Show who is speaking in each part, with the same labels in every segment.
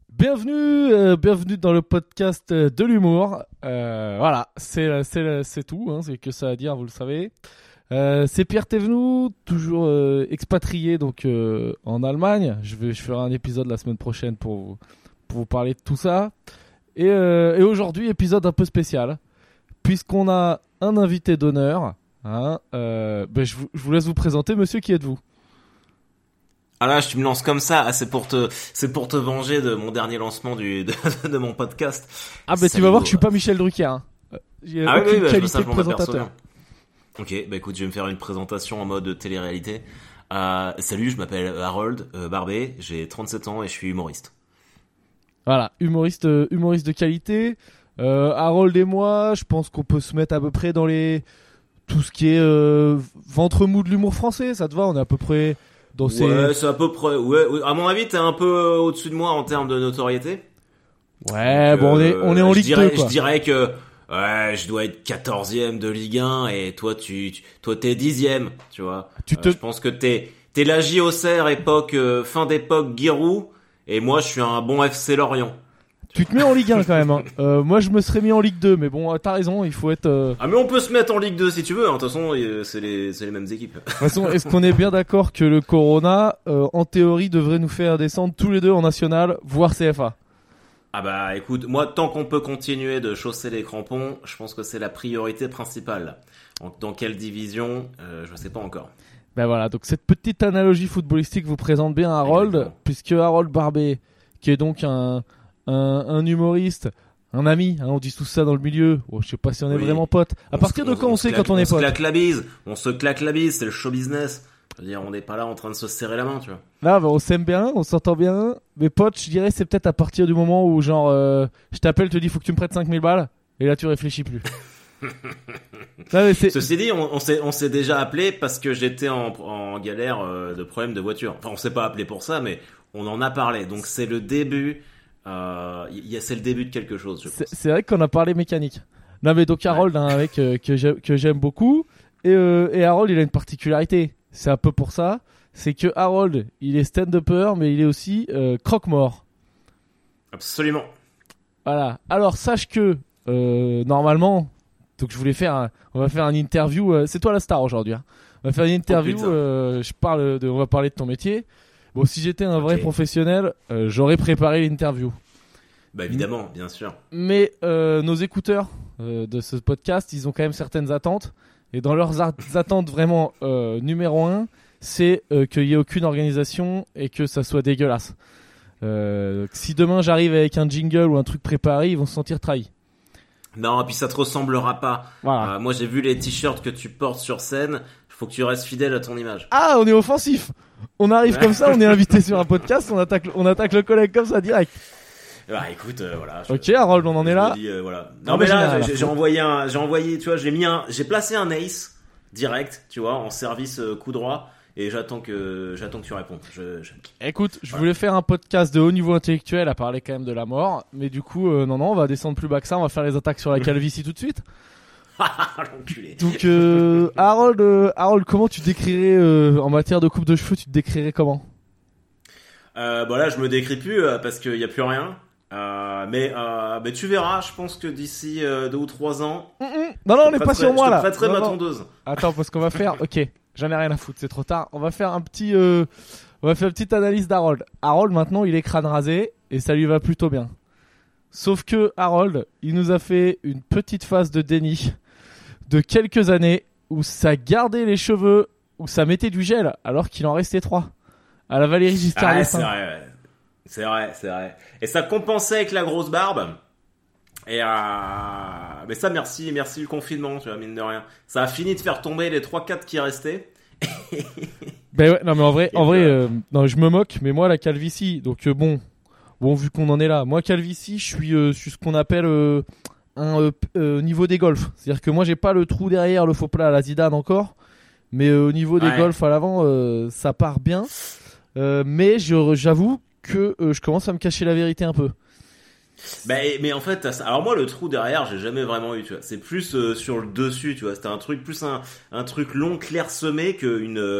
Speaker 1: Bienvenue dans le podcast de l'humour. Voilà, c'est tout, hein, c'est que ça à dire, vous le savez. C'est Pierre Thévenoud, toujours expatrié donc en Allemagne. Je ferai un épisode la semaine prochaine pour vous parler de tout ça. Et aujourd'hui, épisode un peu spécial, puisqu'on a un invité d'honneur. Hein, je vous laisse vous présenter, monsieur, qui êtes-vous ?
Speaker 2: Ah là, tu me lances comme ça. Ah, c'est pour te venger de mon dernier lancement de mon podcast.
Speaker 1: Ah, tu vas voir que je suis pas Michel Drucker. Hein. J'ai aucune qualité de présentateur.
Speaker 2: Ok, écoute, je vais me faire une présentation en mode télé-réalité. Salut, je m'appelle Harold Barbet, j'ai 37 ans et je suis humoriste.
Speaker 1: Voilà, humoriste de qualité. Harold et moi, je pense qu'on peut se mettre à peu près dans tout ce qui est ventre mou de l'humour français. Ça te va ? On est à peu près dans ces...
Speaker 2: Ouais, c'est à peu près. Ouais, à mon avis, t'es un peu au-dessus de moi en termes de notoriété.
Speaker 1: Ouais, donc, on est en Ligue 2, quoi.
Speaker 2: Je dirais que je dois être 14e de Ligue 1 et toi t'es 10e, tu vois. Je pense que t'es la JOCR fin d'époque Giroud et moi je suis un bon FC Lorient.
Speaker 1: Tu te mets en Ligue 1 quand même. Hein. Moi je me serais mis en Ligue 2, mais bon, t'as raison, il faut être...
Speaker 2: Ah mais on peut se mettre en Ligue 2 si tu veux, hein. De toute façon c'est les mêmes équipes.
Speaker 1: De toute façon, est-ce qu'on est bien d'accord que le Corona, en théorie, devrait nous faire descendre tous les deux en National, voire CFA ?
Speaker 2: Ah bah écoute, moi tant qu'on peut continuer de chausser les crampons, je pense que c'est la priorité principale. Dans quelle division, je sais pas encore.
Speaker 1: Ben voilà, donc cette petite analogie footballistique vous présente bien Harold, exactement. Puisque Harold Barbet, qui est donc un humoriste, un ami, hein, on dit tout ça dans le milieu. Oh, je sais pas si on est vraiment potes. À partir de quand on sait quand on est potes ?
Speaker 2: On se claque la bise, c'est le show business. Je veux dire, on n'est pas là en train de se serrer la main, tu vois.
Speaker 1: Là, on s'aime bien, on s'entend bien. Mes potes, je dirais, c'est peut-être à partir du moment où, genre, je t'appelle, te dis, faut que tu me prêtes 5000 balles, et là, tu réfléchis plus.
Speaker 2: Ceci dit, on s'est déjà appelé parce que j'étais en galère de problème de voiture. Enfin, on s'est pas appelé pour ça, mais on en a parlé. Donc, c'est le début. C'est le début de quelque chose, je pense.
Speaker 1: C'est vrai qu'on a parlé mécanique. Non, mais donc Harold, un mec que j'aime beaucoup, et Harold, il a une particularité. C'est un peu pour ça. C'est que Harold, il est stand-upper, mais il est aussi croque-mort.
Speaker 2: Absolument.
Speaker 1: Voilà. Alors, sache que, normalement, donc on va faire une interview. C'est toi la star aujourd'hui. Hein. On va faire une interview. On va parler de ton métier. Bon, si j'étais un vrai professionnel, j'aurais préparé l'interview.
Speaker 2: Bah évidemment, bien sûr.
Speaker 1: Mais nos écouteurs de ce podcast, ils ont quand même certaines attentes. Et dans leurs attentes vraiment numéro 1, c'est qu'il n'y ait aucune organisation et que ça soit dégueulasse. Si demain j'arrive avec un jingle ou un truc préparé, ils vont se sentir trahis.
Speaker 2: Non, et puis ça te ressemblera pas.
Speaker 1: Voilà.
Speaker 2: Moi j'ai vu les t-shirts que tu portes sur scène. Il faut que tu restes fidèle à ton image.
Speaker 1: Ah, on est offensif. On arrive comme ça, on est invité sur un podcast, on attaque le collègue comme ça direct.
Speaker 2: Bah écoute, voilà.
Speaker 1: Ok, Harold, on en est là.
Speaker 2: Voilà. Non mais là, j'ai envoyé, tu vois, j'ai placé un ace direct, tu vois, en service coup droit, et j'attends que tu répondes.
Speaker 1: Écoute, je voulais faire un podcast de haut niveau intellectuel à parler quand même de la mort, mais du coup, non, on va descendre plus bas que ça, on va faire les attaques sur la calvitie tout de suite.
Speaker 2: L'enculé.
Speaker 1: Donc, Harold, comment tu décrirais en matière de coupe de cheveux, tu te décrirais comment ?
Speaker 2: Là, je me décris plus parce qu'il y a plus rien. Mais tu verras, je pense que d'ici 2 ou 3 ans.
Speaker 1: Non, on n'est pas sur moi là.
Speaker 2: Je te prêterai ma tondeuse.
Speaker 1: Attends, parce qu'on va faire. Ok, j'en ai rien à foutre, c'est trop tard. On va faire une petite analyse d'Harold. Harold, maintenant, il est crâne rasé et ça lui va plutôt bien. Sauf que Harold, il nous a fait une petite phase de déni de quelques années où ça gardait les cheveux, où ça mettait du gel alors qu'il en restait 3. À la Valérie Giscard d'Estaing.
Speaker 2: C'est vrai. Et ça compensait avec la grosse barbe. Et mais ça, merci le confinement, tu vois, mine de rien. Ça a fini de faire tomber les 3-4 qui restaient.
Speaker 1: Ben ouais, non mais en vrai, non, je me moque, mais moi la calvitie, donc bon, vu qu'on en est là, moi calvitie, je suis ce qu'on appelle un niveau des golfs. C'est-à-dire que moi j'ai pas le trou derrière, le faux plat à la Zidane encore, mais au niveau des golfs à l'avant, ça part bien. Mais j'avoue que je commence à me cacher la vérité un peu.
Speaker 2: Mais en fait, alors moi le trou derrière, j'ai jamais vraiment eu, tu vois. C'est plus sur le dessus, tu vois. C'était un truc long clairsemé que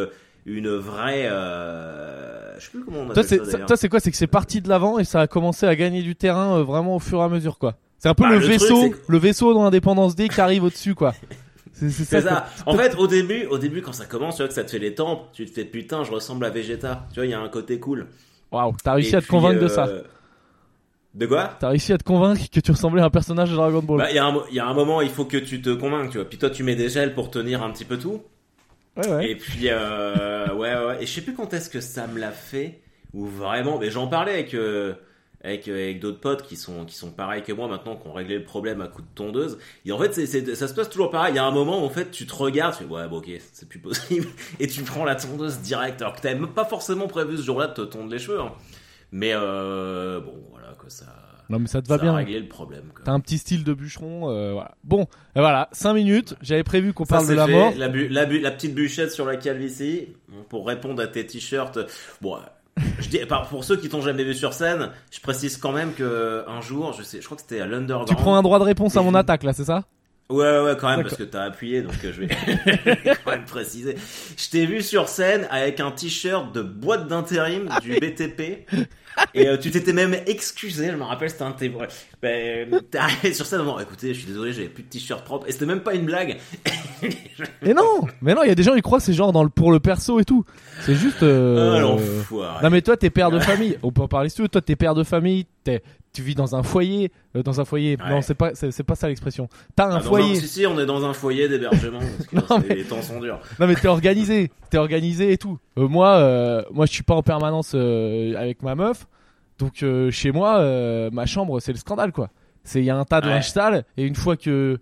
Speaker 2: une vraie, je sais plus comment on appelle ça d'ailleurs.
Speaker 1: Toi, c'est quoi? C'est que c'est parti de l'avant et ça a commencé à gagner du terrain vraiment au fur et à mesure, quoi. C'est un peu le vaisseau dans Indépendance D qui arrive au-dessus, quoi.
Speaker 2: C'est ça. En fait, au début, quand ça commence, tu vois que ça te fait les tempes, tu te fais putain, je ressemble à Vegeta. Tu vois, il y a un côté cool.
Speaker 1: Waouh, t'as réussi à te convaincre de ça.
Speaker 2: De quoi?
Speaker 1: T'as réussi à te convaincre que tu ressemblais à un personnage de Dragon Ball.
Speaker 2: Bah, il y a un moment, il faut que tu te convainques, tu vois. Puis toi, tu mets des gels pour tenir un petit peu tout.
Speaker 1: Ouais.
Speaker 2: Et puis, ouais. Et je sais plus quand est-ce que ça me l'a fait. Ou vraiment, mais j'en parlais avec d'autres potes qui sont pareils que moi maintenant, qui ont réglé le problème à coup de tondeuse. Et en fait, ça se passe toujours pareil. Il y a un moment où en fait, tu te regardes, tu fais ouais, bon, ok, c'est plus possible. Et tu prends la tondeuse direct, alors que t'avais même pas forcément prévu ce jour-là de te tondre les cheveux. Hein. Mais bon, voilà, quoi, ça.
Speaker 1: Non, mais ça te va bien.
Speaker 2: Ça a réglé le problème, quoi.
Speaker 1: T'as un petit style de bûcheron, voilà. Bon, et voilà, 5 minutes. J'avais prévu qu'on parle de la mort.
Speaker 2: La petite bûchette sur la calvitie. Pour répondre à tes t-shirts. Bon, je dis, pour ceux qui t'ont jamais vu sur scène, je précise quand même que un jour, je crois que c'était à l'Underground.
Speaker 1: Tu prends un droit de réponse à mon attaque, là, c'est ça?
Speaker 2: Ouais, quand même, parce que t'as appuyé, donc je vais quand même préciser. Je t'ai vu sur scène avec un t-shirt de boîte d'intérim du BTP. Et tu t'étais même excusé, je me rappelle, c'était un de tes... t'es arrivé sur scène, non, écoutez, je suis désolé, j'avais plus de t-shirt propre. Et c'était même pas une blague.
Speaker 1: Mais non, il y a des gens, ils croient que c'est genre pour le perso et tout. C'est juste...
Speaker 2: l'enfoiré.
Speaker 1: Non mais toi, t'es père de famille. On peut en parler si tu veux. Toi, t'es père de famille, tu vis dans un foyer. Ouais. Non, c'est pas ça l'expression. T'as un foyer.
Speaker 2: Si, on est dans un foyer d'hébergement. Parce que les temps sont durs.
Speaker 1: Non mais t'es organisé et tout. Moi, je suis pas en permanence avec ma meuf. Donc chez moi, ma chambre, c'est le scandale, quoi. Il y a un tas de linge sale et une fois que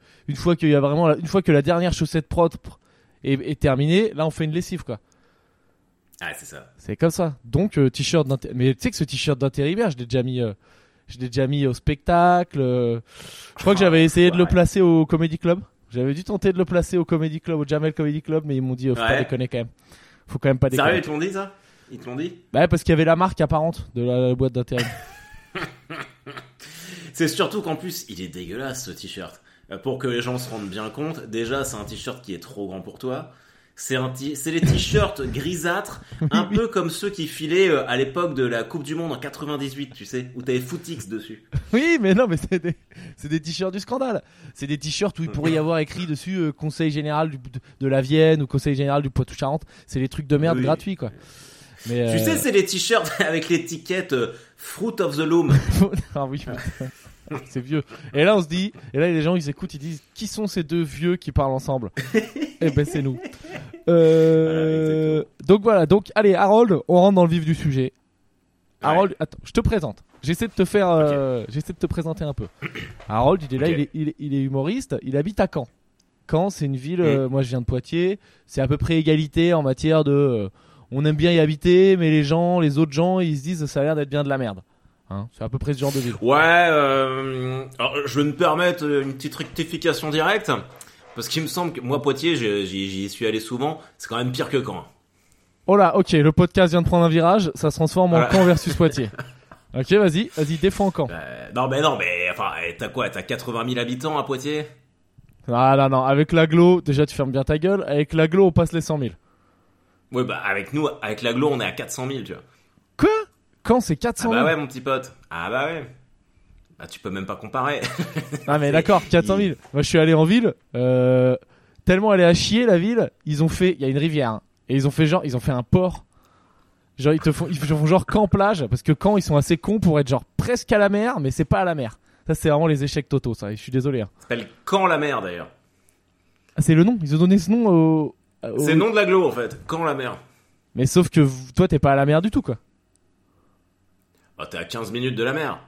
Speaker 1: la dernière chaussette propre est terminée, là on fait une lessive, quoi.
Speaker 2: Ah, c'est ça.
Speaker 1: C'est comme ça. Donc t-shirt mais tu sais que ce t-shirt d'intérimaire, je l'ai déjà mis au spectacle. Je crois que j'avais essayé de le placer au Comedy Club. J'avais dû tenter de le placer au Comedy Club, au Jamel Comedy Club, mais ils m'ont dit faut pas déconner quand même. Faut quand même pas déconner.
Speaker 2: Sérieux, ils te l'ont dit ça? Ils te l'ont dit?
Speaker 1: Bah parce qu'il y avait la marque apparente de la boîte d'intérim.
Speaker 2: C'est surtout qu'en plus, il est dégueulasse, ce t-shirt. Pour que les gens se rendent bien compte, déjà, c'est un t-shirt qui est trop grand pour toi. C'est les t-shirts grisâtres, un peu comme ceux qui filaient à l'époque de la Coupe du Monde en 98, tu sais, où t'avais Footix dessus.
Speaker 1: Oui, mais non, mais c'est des t-shirts du scandale. C'est des t-shirts où il pourrait y avoir écrit dessus Conseil général de la Vienne ou Conseil général du Poitou-Charentes. C'est les trucs de merde gratuits, quoi. Mais
Speaker 2: tu sais, c'est les t-shirts avec l'étiquette Fruit of the Loom.
Speaker 1: Ah oui, c'est vieux. Et là, on se dit, les gens, ils écoutent, ils disent, qui sont ces deux vieux qui parlent ensemble? Eh ben, c'est nous. Donc voilà. Donc, allez, Harold, on rentre dans le vif du sujet. Ouais. Harold, attends, je te présente. J'essaie de te présenter un peu. Harold, il est là, il est humoriste. Il habite à Caen. Caen, c'est une ville. Moi, je viens de Poitiers. C'est à peu près égalité en matière de. On aime bien y habiter, mais les autres gens, ils se disent, ça a l'air d'être bien de la merde. Hein, c'est à peu près ce genre de ville.
Speaker 2: Ouais, alors je vais me permettre une petite rectification directe, parce qu'il me semble que moi, Poitiers, j'y suis allé souvent, c'est quand même pire que Caen.
Speaker 1: Oh là, ok, le podcast vient de prendre un virage, ça se transforme en Caen versus Poitiers. Ok, vas-y, défends Caen.
Speaker 2: Non, mais enfin, t'as quoi? T'as 80 000 habitants à Poitiers?
Speaker 1: Ah non, avec l'agglo, déjà tu fermes bien ta gueule, avec l'agglo on passe les 100 000.
Speaker 2: Ouais, bah avec l'agglo on est à 400 000, tu vois.
Speaker 1: Quoi? Quand c'est 400 000?
Speaker 2: Ah bah ouais, mon petit pote. Ah bah ouais. Bah tu peux même pas comparer.
Speaker 1: Ah mais d'accord, 400 000. Moi je suis allé en ville, tellement elle est à chier la ville, il y a une rivière, hein, et ils ont fait un port. Genre ils font genre Caen plage, parce que Caen ils sont assez cons pour être genre presque à la mer, mais c'est pas à la mer. Ça c'est vraiment les échecs totaux, ça, je suis désolé. Hein.
Speaker 2: Ça s'appelle Caen la mer d'ailleurs.
Speaker 1: Ah c'est le nom, ils ont donné ce nom
Speaker 2: C'est le nom de l'agglo en fait, Caen la mer.
Speaker 1: Mais sauf que toi t'es pas à la mer du tout, quoi.
Speaker 2: Bah t'es à 15 minutes de la mer.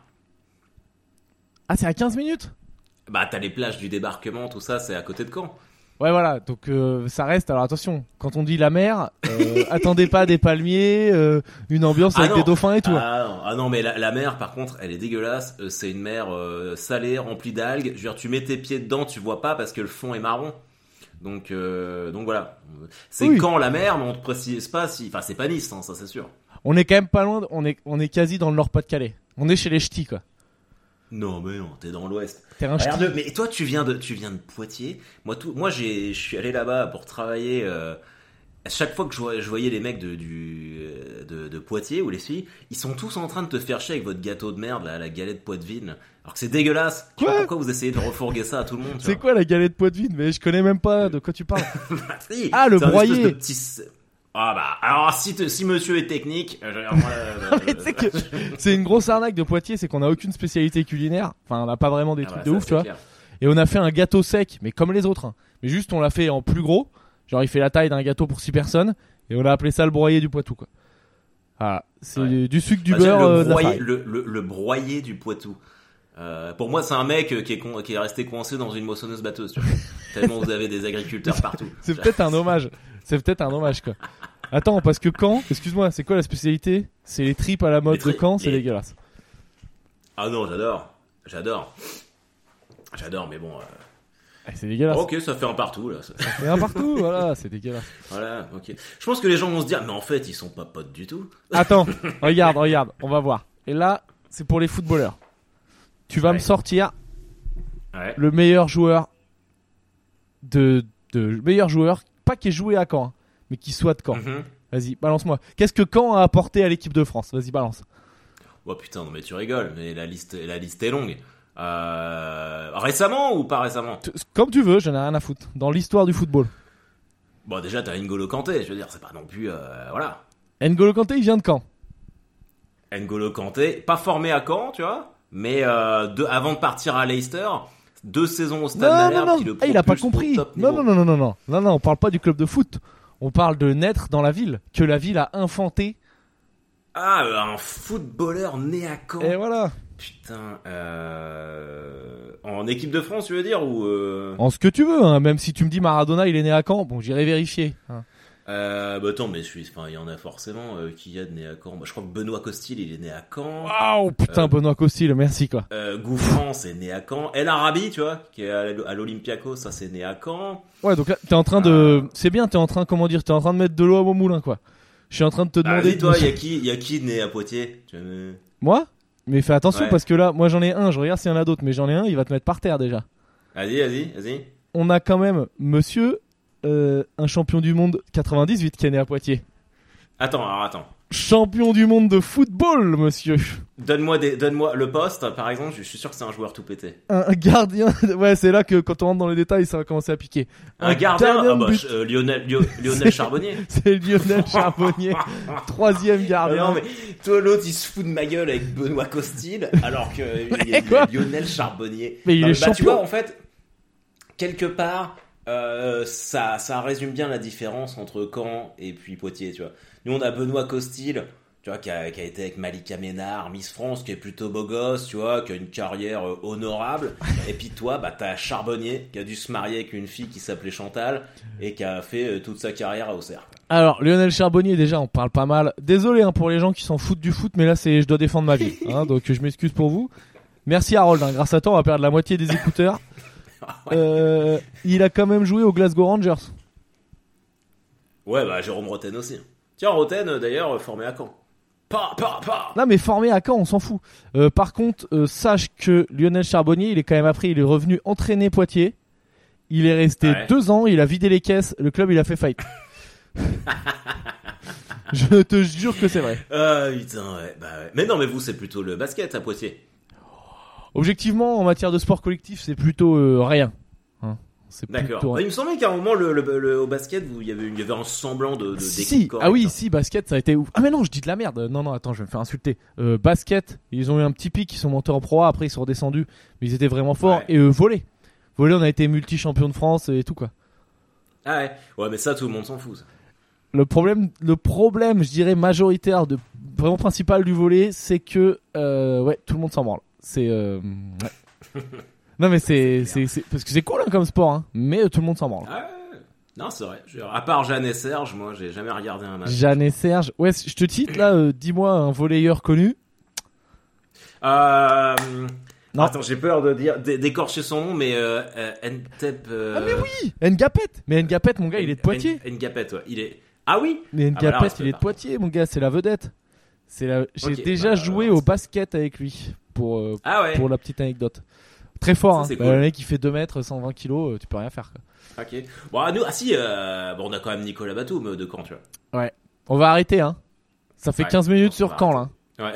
Speaker 1: Ah c'est à 15 minutes?
Speaker 2: Bah t'as les plages du débarquement, tout ça, c'est à côté de Caen.
Speaker 1: Ouais voilà, donc ça reste, alors attention, quand on dit la mer, attendez pas des palmiers, une ambiance avec des dauphins et tout.
Speaker 2: Ah non, mais la mer par contre, elle est dégueulasse, c'est une mer salée, remplie d'algues, je veux dire tu mets tes pieds dedans, tu vois pas parce que le fond est marron. Donc voilà. C'est Caen la mer, mais on te précise pas si, enfin c'est pas Nice, hein, ça c'est sûr.
Speaker 1: On est quand même pas loin, on est quasi dans le Nord-Pas-de-Calais. On est chez les ch'tis, quoi.
Speaker 2: Non mais non, t'es dans l'Ouest.
Speaker 1: Regarde,
Speaker 2: mais toi tu viens de Poitiers. Moi je suis allé là-bas pour travailler À chaque fois que je voyais les mecs de Poitiers ou les filles, ils sont tous en train de te faire chier avec votre gâteau de merde, là, la galette Poitevine. Alors que c'est dégueulasse. Je sais pas pourquoi vous essayez de refourguer ça à tout le monde.
Speaker 1: C'est quoi la galette Poitevine? Mais je connais même pas de quoi tu parles.
Speaker 2: Si,
Speaker 1: ah, le broyé.
Speaker 2: Ah bah, alors si monsieur est technique,
Speaker 1: mais tu sais que c'est une grosse arnaque de Poitiers, c'est qu'on a aucune spécialité culinaire. Enfin, on n'a pas vraiment des trucs de ouf, tu vois.
Speaker 2: Clair.
Speaker 1: Et on a fait un gâteau sec, mais comme les autres. Hein. Mais juste, on l'a fait en plus gros. Genre, il fait la taille d'un gâteau pour 6 personnes. Et on a appelé ça le broyé du Poitou, quoi. Voilà. C'est du sucre, du beurre,
Speaker 2: le broyé du Poitou. Pour moi, c'est un mec qui est resté coincé dans une moissonneuse batteuse, tu vois. Tellement vous avez des agriculteurs partout.
Speaker 1: C'est peut-être un hommage. Quoi. Attends, parce que Caen, excuse-moi, c'est quoi la spécialité? C'est les tripes à la mode de Caen, c'est dégueulasse.
Speaker 2: Ah non, j'adore, mais bon.
Speaker 1: C'est dégueulasse.
Speaker 2: Ok, ça fait un partout là.
Speaker 1: Ça fait un partout, voilà, c'est dégueulasse.
Speaker 2: Voilà, ok. Je pense que les gens vont se dire, mais en fait, ils sont pas potes du tout.
Speaker 1: Attends, regarde, on va voir. Et là, c'est pour les footballeurs. Tu vas me sortir le meilleur joueur meilleur joueur, pas qui ait joué à Caen, hein, mais qui soit de Caen. Mm-hmm. Vas-y, balance-moi. Qu'est-ce que Caen a apporté à l'équipe de France? Vas-y, balance.
Speaker 2: Oh putain, non mais tu rigoles, mais la liste est longue. Récemment ou pas récemment?
Speaker 1: Comme tu veux, j'en ai rien à foutre. Dans l'histoire du football.
Speaker 2: Bon, déjà, t'as N'Golo Kanté, je veux dire, c'est pas non plus... voilà.
Speaker 1: N'Golo Kanté, il vient de Caen.
Speaker 2: N'Golo Kanté, pas formé à Caen, tu vois, mais avant de partir à Leicester, 2 saisons au Stade Malherbe qui le propulse
Speaker 1: il a pas compris. Non, on parle pas du club de foot. On parle de naître dans la ville, que la ville a inventé.
Speaker 2: Ah, un footballeur né à Caen.
Speaker 1: Et voilà.
Speaker 2: Putain, en équipe de France, tu veux dire, ou
Speaker 1: En ce que tu veux, hein. Même si tu me dis Maradona, il est né à Caen, bon, j'irai vérifier. Hein.
Speaker 2: Bah attends, mais il y en a forcément qui y a de né à Caen. Bah, je crois que Benoît Costil, il est né à Caen.
Speaker 1: Waouh, putain, Benoît Costil, merci quoi.
Speaker 2: Gouffran, c'est né à Caen. El Arabi, tu vois, qui est à l'Olympiakos, ça c'est né à Caen.
Speaker 1: Ouais, donc là, t'es en train de, c'est bien, t'es en train de mettre de l'eau à mon moulin, quoi. Je suis en train de te demander.
Speaker 2: Dis-toi, il y a qui né à Poitiers?
Speaker 1: Moi? Mais fais attention parce que là, moi j'en ai un, je regarde s'il y en a d'autres, mais j'en ai un, il va te mettre par terre déjà.
Speaker 2: Vas-y.
Speaker 1: On a quand même monsieur, un champion du monde 98 qui est né à Poitiers.
Speaker 2: Attends.
Speaker 1: Champion du monde de football, monsieur.
Speaker 2: Donne-moi le poste, par exemple, je suis sûr que c'est un joueur tout pété.
Speaker 1: Un gardien, ouais, c'est là que quand on rentre dans les détails, ça va commencer à piquer.
Speaker 2: Un gardien, Lionel Charbonnier.
Speaker 1: C'est Lionel Charbonnier, 3e gardien.
Speaker 2: Non mais toi l'autre il se fout de ma gueule avec Benoît Costil, alors que il y a Lionel Charbonnier.
Speaker 1: Mais il est champion.
Speaker 2: Tu vois en fait, quelque part, ça résume bien la différence entre Caen et puis Poitiers, tu vois. Nous on a Benoît Costil, tu vois, qui a été avec Malika Ménard, Miss France, qui est plutôt beau gosse, tu vois, qui a une carrière honorable. Et puis toi, bah t'as Charbonnier, qui a dû se marier avec une fille qui s'appelait Chantal et qui a fait toute sa carrière à Auxerre.
Speaker 1: Alors Lionel Charbonnier, déjà on parle pas mal. Désolé hein, pour les gens qui s'en foutent du foot, mais là je dois défendre ma vie, hein, donc je m'excuse pour vous. Merci Harold, hein, grâce à toi on va perdre la moitié des écouteurs. Il a quand même joué aux Glasgow Rangers.
Speaker 2: Ouais, bah Jérôme Roten aussi. Tiens, Roten d'ailleurs formé à Caen.
Speaker 1: Non mais formé à Caen, on s'en fout. Par contre, sache que Lionel Charbonnier, il est revenu entraîner Poitiers. Il est resté 2 ans, il a vidé les caisses, le club il a fait faillite. Je te jure que c'est vrai.
Speaker 2: Putain, ouais. Mais non, mais vous c'est plutôt le basket à Poitiers.
Speaker 1: Objectivement, en matière de sport collectif, c'est plutôt rien. Hein, c'est
Speaker 2: d'accord. Il me semblait qu'à un moment, au basket, il y avait un semblant d'équipe correcte.
Speaker 1: Ah oui, si, basket, ça a été ouf. Ah mais non, je dis de la merde. Non, attends, je vais me faire insulter. Basket, ils ont eu un petit pic, ils sont montés en Pro A, après ils sont redescendus, mais ils étaient vraiment forts. Ouais. Et volley, on a été multi-champion de France et tout quoi.
Speaker 2: Ah ouais, mais ça, tout le monde s'en fout. Ça.
Speaker 1: Le problème, je dirais majoritaire, vraiment principal du volley, c'est que tout le monde s'en branle. C'est ouais. Non mais c'est parce que c'est cool hein, comme sport, hein, mais tout le monde s'en branle.
Speaker 2: Non c'est vrai. À part Jeanne et Serge, moi j'ai jamais regardé un match.
Speaker 1: Jeanne et Serge, ouais, je te cite là, dis-moi un volleyeur connu.
Speaker 2: Non. Attends, j'ai peur de d'écorcher son nom, mais Ntep.
Speaker 1: Ah mais oui, Ngapet. Mais Ngapet, mon gars, il est de Poitiers.
Speaker 2: Ngapet, ouais, il est. Ah oui.
Speaker 1: Mais Ngapet, il est de Poitiers, mon gars, c'est la vedette. J'ai déjà joué au basket avec lui pour la petite anecdote. Très fort, ça, hein. Cool. Le mec il fait 2 mètres, 120 kilos, tu peux rien faire quoi.
Speaker 2: Ok. Bon, nous, on a quand même Nicolas Batum de Caen, tu vois.
Speaker 1: Ouais. On va arrêter, hein. Ça fait 15 minutes sur Caen, là.
Speaker 2: Ouais.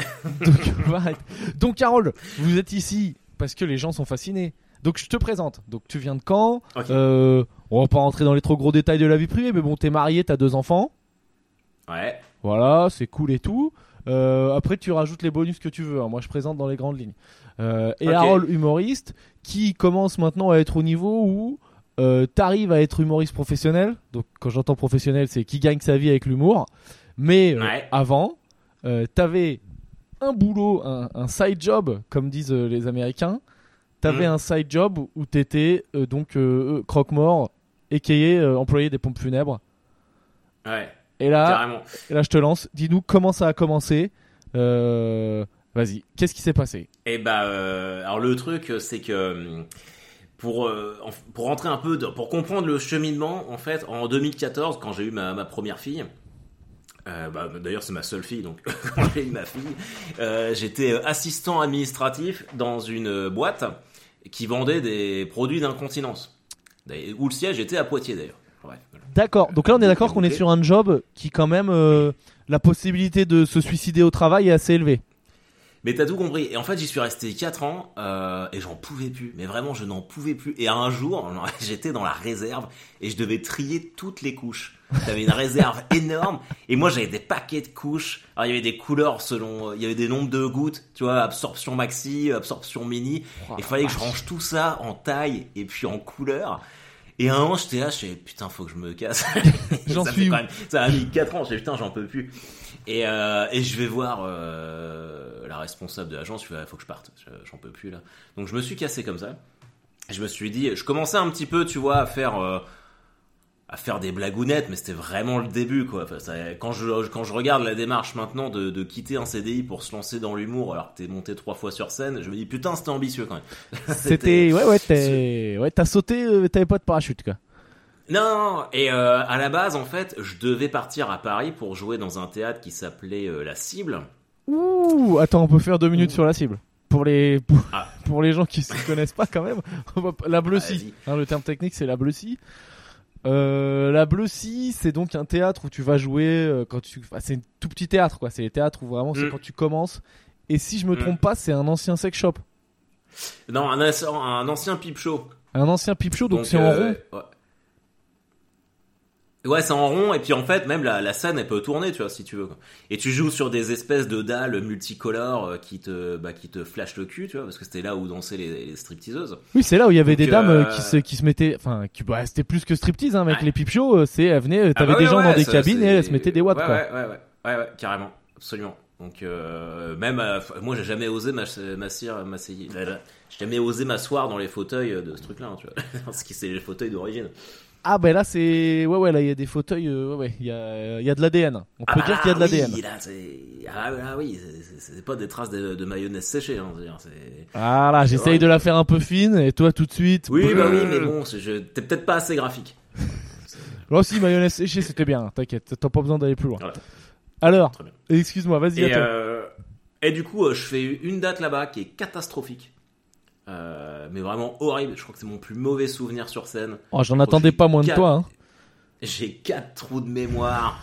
Speaker 1: Donc, Carole, vous êtes ici parce que les gens sont fascinés. Donc, je te présente. Donc, tu viens de Caen.
Speaker 2: Okay.
Speaker 1: On va pas rentrer dans les trop gros détails de la vie privée, mais bon, t'es marié, t'as 2 enfants.
Speaker 2: Ouais.
Speaker 1: Voilà, c'est cool et tout. Après, tu rajoutes les bonus que tu veux. Hein. Moi, je présente dans les grandes lignes. Harold, humoriste, qui commence maintenant à être au niveau où t'arrives à être humoriste professionnel. Donc, quand j'entends professionnel, c'est qui gagne sa vie avec l'humour. Mais avant, t'avais un boulot, un side job, comme disent les Américains. T'avais un side job où t'étais croque-mort, aka employé des pompes funèbres.
Speaker 2: Ouais.
Speaker 1: Et là, je te lance. Dis-nous comment ça a commencé. Vas-y, qu'est-ce qui s'est passé ?
Speaker 2: Alors le truc, c'est que pour rentrer un peu, pour comprendre le cheminement, en fait, en 2014, quand j'ai eu ma première fille. D'ailleurs c'est ma seule fille, donc quand j'ai eu ma fille, j'étais assistant administratif dans une boîte qui vendait des produits d'incontinence, où le siège était à Poitiers d'ailleurs. Ouais, voilà.
Speaker 1: D'accord, donc là on est d'accord qu'on est sur un job qui quand même la possibilité de se suicider au travail est assez élevée.
Speaker 2: Mais t'as tout compris. Et en fait, j'y suis resté 4 ans et j'en pouvais plus. Mais vraiment, je n'en pouvais plus. Et un jour, j'étais dans la réserve et je devais trier toutes les couches. T'avais une réserve énorme et moi, j'avais des paquets de couches. Alors, il y avait des couleurs selon... Il y avait des nombres de gouttes, tu vois, absorption maxi, absorption mini. Il fallait que je range tout ça en taille et puis en couleur. Et à un moment, j'étais là, je disais, putain, faut que je me casse. Ça a mis 4 ans, je disais, putain, j'en peux plus. Et je vais voir la responsable de l'agence, je fais, faut que je parte, j'en peux plus là. Donc je me suis cassé comme ça. Je me suis dit, je commençais un petit peu, tu vois, à faire des blagounettes, mais c'était vraiment le début, quoi. Enfin, quand je regarde la démarche maintenant de quitter un CDI pour se lancer dans l'humour, alors que t'es monté 3 fois sur scène, je me dis, putain, c'était ambitieux quand même.
Speaker 1: T'as sauté, t'avais pas de parachute, quoi.
Speaker 2: Non, et à la base, en fait, je devais partir à Paris pour jouer dans un théâtre qui s'appelait La Cible.
Speaker 1: Ouh, attends, on peut faire 2 minutes sur La Cible. Pour les gens qui ne connaissent pas quand même, la Bleucy. Le terme technique, c'est la Bleucy. La Bleucy, c'est donc un théâtre où tu vas jouer c'est un tout petit théâtre, quoi. C'est les théâtres où vraiment c'est quand tu commences. Et si je me trompe pas, c'est un ancien sex shop.
Speaker 2: Non, un ancien pipe show.
Speaker 1: Un ancien pipe show, donc c'est en rond.
Speaker 2: Ouais, c'est en rond, et puis en fait, même la scène, elle peut tourner, tu vois, si tu veux, quoi. Et tu joues sur des espèces de dalles multicolores qui te flashent le cul, tu vois, parce que c'était là où dansaient les stripteaseuses.
Speaker 1: Oui, c'est là où il y avait des dames qui se mettaient, c'était plus que striptease, hein, avec les pipe shows, elles venaient, t'avais des gens dans des cabines et elles se mettaient des watts, quoi.
Speaker 2: Ouais, carrément, absolument. Donc, moi, j'ai jamais osé j'ai jamais osé m'asseoir dans les fauteuils de ce truc-là, hein, tu vois, parce que c'est les fauteuils d'origine.
Speaker 1: Ah ben là c'est là il y a des fauteuils il y a de l'ADN. On peut dire qu'il y a de l'ADN.
Speaker 2: Oui, c'est pas des traces de mayonnaise séchée, hein, c'est...
Speaker 1: Ah là, j'essaye de la faire un peu fine et toi tout de suite.
Speaker 2: Oui, mais bon, t'es peut-être pas assez graphique.
Speaker 1: Là aussi mayonnaise séchée, c'était bien, t'inquiète, t'as pas besoin d'aller plus loin. Voilà. Alors, excuse-moi, vas-y.
Speaker 2: Et du coup, je fais une date là-bas qui est catastrophique. Mais vraiment horrible. Je crois que c'est mon plus mauvais souvenir sur scène.
Speaker 1: Oh, j'en attendais pas moins de toi, hein.
Speaker 2: J'ai 4 trous de mémoire.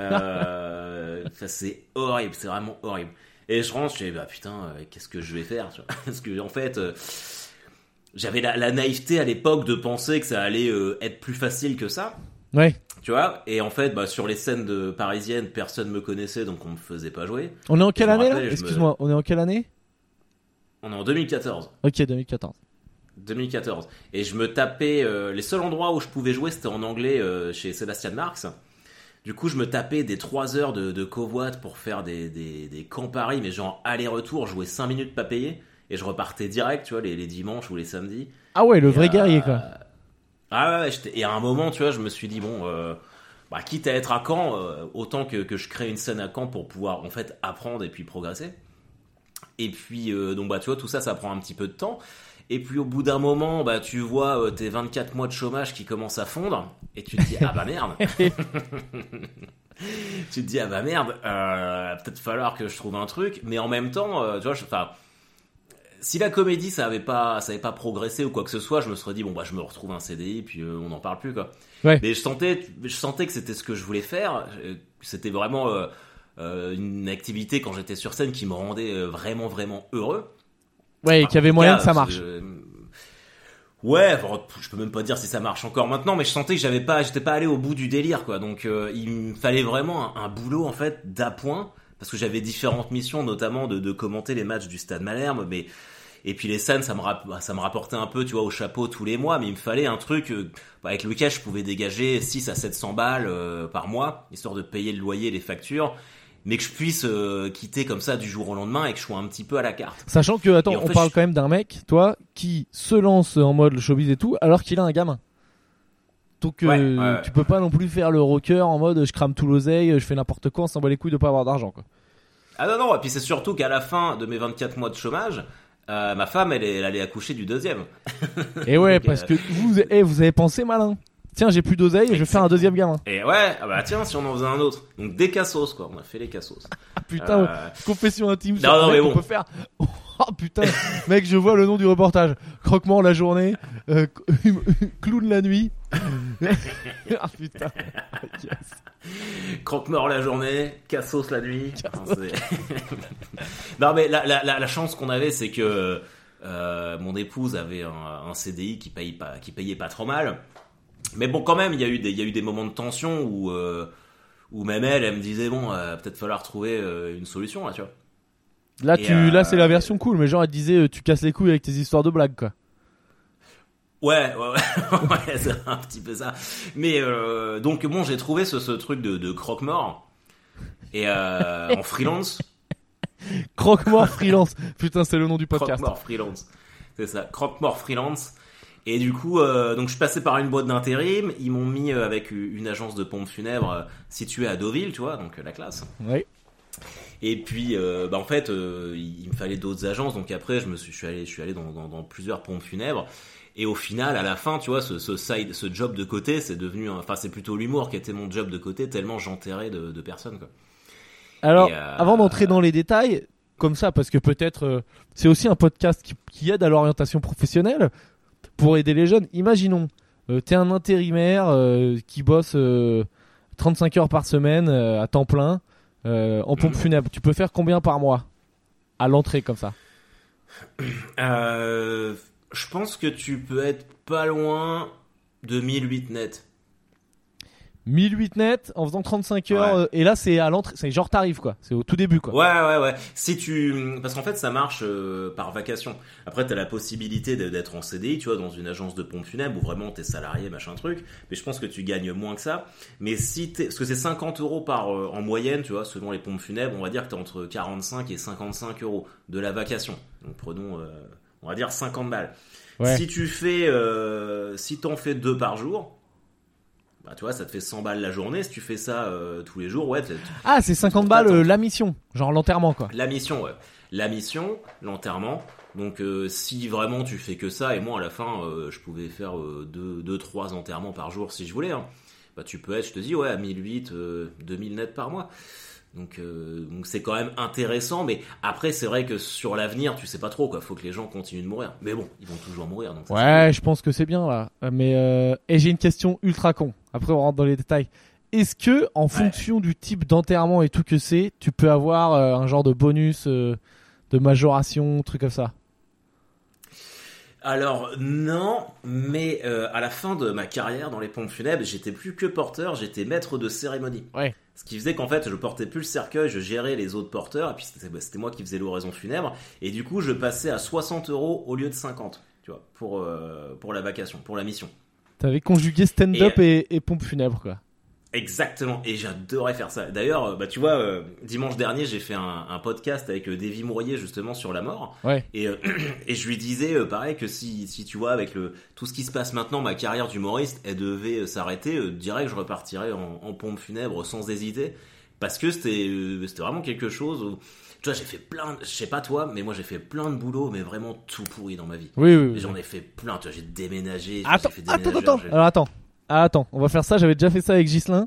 Speaker 2: C'est horrible, c'est vraiment horrible. Et je rentre, je dis putain, qu'est-ce que je vais faire, tu vois. Parce que en fait, j'avais la naïveté à l'époque de penser que ça allait être plus facile que ça.
Speaker 1: Ouais.
Speaker 2: Tu vois, et en fait, sur les scènes parisiennes, personne me connaissait, donc on me faisait pas jouer.
Speaker 1: On est en quelle année là ? Excuse-moi, on est en quelle année ?
Speaker 2: On est en 2014.
Speaker 1: Ok, 2014.
Speaker 2: Et je me tapais... les seuls endroits où je pouvais jouer, c'était en anglais chez Sébastien Marx. Du coup, je me tapais des 3 heures de covoite pour faire des camps Paris, mais genre aller-retour, jouer 5 minutes pas payé. Et je repartais direct, tu vois, les dimanches ou les samedis.
Speaker 1: Ah ouais, le vrai guerrier, quoi.
Speaker 2: Ah ouais, et à un moment, tu vois, je me suis dit, bon... quitte à être à Caen, autant que je crée une scène à Caen pour pouvoir, en fait, apprendre et puis progresser. Et puis, tu vois, tout ça prend un petit peu de temps. Et puis, au bout d'un moment, tu vois tes 24 mois de chômage qui commencent à fondre. Et tu te dis, ah bah merde. Tu te dis, ah bah merde, peut-être falloir que je trouve un truc. Mais en même temps, tu vois, si la comédie ça avait pas progressé ou quoi que ce soit, je me serais dit bon bah je me retrouve un CDI puis on n'en parle plus quoi.
Speaker 1: Ouais.
Speaker 2: Mais je sentais que c'était ce que je voulais faire. C'était vraiment une activité quand j'étais sur scène qui me rendait vraiment vraiment heureux.
Speaker 1: Ouais, et qu'il y avait moyen que ça marche.
Speaker 2: Ouais, je peux même pas dire si ça marche encore maintenant, mais je sentais que j'étais pas allé au bout du délire quoi. Donc il me fallait vraiment un boulot en fait d'appoint. Parce que j'avais différentes missions, notamment de commenter les matchs du Stade Malherbe, et puis les scènes, ça me rapportait un peu, tu vois, au chapeau tous les mois, mais il me fallait un truc avec lequel je pouvais dégager 6 à 700 balles par mois, histoire de payer le loyer, les factures, mais que je puisse quitter comme ça du jour au lendemain et que je sois un petit peu à la carte.
Speaker 1: Sachant que, attends, on parle quand même d'un mec, toi, qui se lance en mode showbiz et tout, alors qu'il a un gamin. Donc tu peux pas non plus faire le rocker en mode je crame tout l'oseille, je fais n'importe quoi, on s'en bat les couilles de pas avoir d'argent quoi.
Speaker 2: Ah non, et puis c'est surtout qu'à la fin de mes 24 mois de chômage, ma femme elle allait accoucher du deuxième.
Speaker 1: Et ouais, donc, parce que vous avez pensé malin. Tiens, j'ai plus d'oseille, je vais faire un deuxième gamin.
Speaker 2: Et ouais, bah tiens, si on en faisait un autre. Donc des cassos quoi, on a fait les cassos.
Speaker 1: Ah putain, confession intime sur
Speaker 2: non,
Speaker 1: mec,
Speaker 2: mais bon.
Speaker 1: on peut faire. Oh putain, mec, je vois le nom du reportage. Croque-mort la journée, clown la nuit. Ah putain. Yes.
Speaker 2: Croque-mort la journée, cassos la nuit. Non mais la chance qu'on avait, c'est que mon épouse avait un CDI qui payait pas trop mal. Mais bon, quand même, il y a eu des moments de tension où même elle me disait bon, peut-être falloir trouver une solution là, tu vois.
Speaker 1: Là, c'est la version cool, mais genre elle te disait tu casses les couilles avec tes histoires de blagues quoi.
Speaker 2: Ouais, c'est un petit peu ça. Mais donc bon, j'ai trouvé ce truc de croque-mort et en freelance.
Speaker 1: Croque-mort freelance. Putain, c'est le nom du podcast.
Speaker 2: Croque-mort freelance. C'est ça, croque-mort freelance. Et du coup, donc je suis passé par une boîte d'intérim. Ils m'ont mis avec une agence de pompes funèbres située à Deauville, tu vois, donc la classe.
Speaker 1: Oui.
Speaker 2: Et puis, en fait, il me fallait d'autres agences. Donc après, je suis allé dans plusieurs pompes funèbres. Et au final, à la fin, tu vois, ce job de côté, c'est devenu, c'est plutôt l'humour qui était mon job de côté, tellement j'enterrais de personnes, quoi.
Speaker 1: Alors, avant d'entrer dans les détails, comme ça, parce que peut-être, c'est aussi un podcast qui aide à l'orientation professionnelle pour aider les jeunes. Imaginons, t'es un intérimaire qui bosse 35 heures par semaine à temps plein en pompe funèbre. Tu peux faire combien par mois à l'entrée comme ça?
Speaker 2: Je pense que tu peux être pas loin de 1008 net.
Speaker 1: 1008 net en faisant 35 heures et là c'est à l'entrée, c'est genre tarif quoi, c'est au tout début quoi.
Speaker 2: Ouais. Parce qu'en fait ça marche par vacation. Après t'as la possibilité d'être en CDI, tu vois, dans une agence de pompe funèbre où vraiment t'es salarié machin truc, mais je pense que tu gagnes moins que ça. Mais parce que c'est 50 € en moyenne, tu vois, selon les pompes funèbres, on va dire que t'es entre 45 et 55 € de la vacation. Donc prenons on va dire 50 balles. Ouais. Si t'en fais 2 par jour, bah tu vois, ça te fait 100 balles la journée. Si tu fais ça tous les jours, ouais.
Speaker 1: C'est 50 balles la mission, genre l'enterrement quoi.
Speaker 2: La mission, ouais. La mission, l'enterrement. Donc si vraiment tu fais que ça, et moi à la fin, je pouvais faire 2-3 enterrements par jour si je voulais. Hein. Bah tu peux être, je te dis, ouais, à 1008, 2000 net par mois. Donc c'est quand même intéressant, mais après c'est vrai que sur l'avenir tu sais pas trop quoi, faut que les gens continuent de mourir. Mais bon, ils vont toujours mourir. Donc
Speaker 1: ouais, je pense que c'est bien là. Mais et j'ai une question ultra con. Après on rentre dans les détails. Est-ce que en fonction du type d'enterrement et tout que c'est, tu peux avoir un genre de bonus, de majoration, truc comme ça?
Speaker 2: Alors non, mais à la fin de ma carrière dans les pompes funèbres, j'étais plus que porteur, j'étais maître de cérémonie.
Speaker 1: Ouais.
Speaker 2: Ce qui faisait qu'en fait, je portais plus le cercueil, je gérais les autres porteurs, et puis c'était moi qui faisais l'oraison funèbre, et du coup, je passais à 60 € au lieu de 50, tu vois, pour la vacation, pour la mission.
Speaker 1: T'avais conjugué stand-up et pompe funèbre, quoi.
Speaker 2: Exactement, et j'adorais faire ça. D'ailleurs, tu vois, dimanche dernier, j'ai fait un podcast avec Davy Mourier justement sur la mort.
Speaker 1: Ouais.
Speaker 2: Et je lui disais, pareil, que si tu vois, avec tout ce qui se passe maintenant, ma carrière d'humoriste, elle devait s'arrêter, direct, je repartirais en pompe funèbre sans hésiter, parce que c'était vraiment quelque chose où, tu vois, j'ai fait je sais pas toi, mais moi j'ai fait plein de boulot, mais vraiment tout pourri dans ma vie.
Speaker 1: Oui.
Speaker 2: J'en ai fait plein, tu vois, j'ai déménagé.
Speaker 1: Attends, on va faire ça, j'avais déjà fait ça avec Ghislain.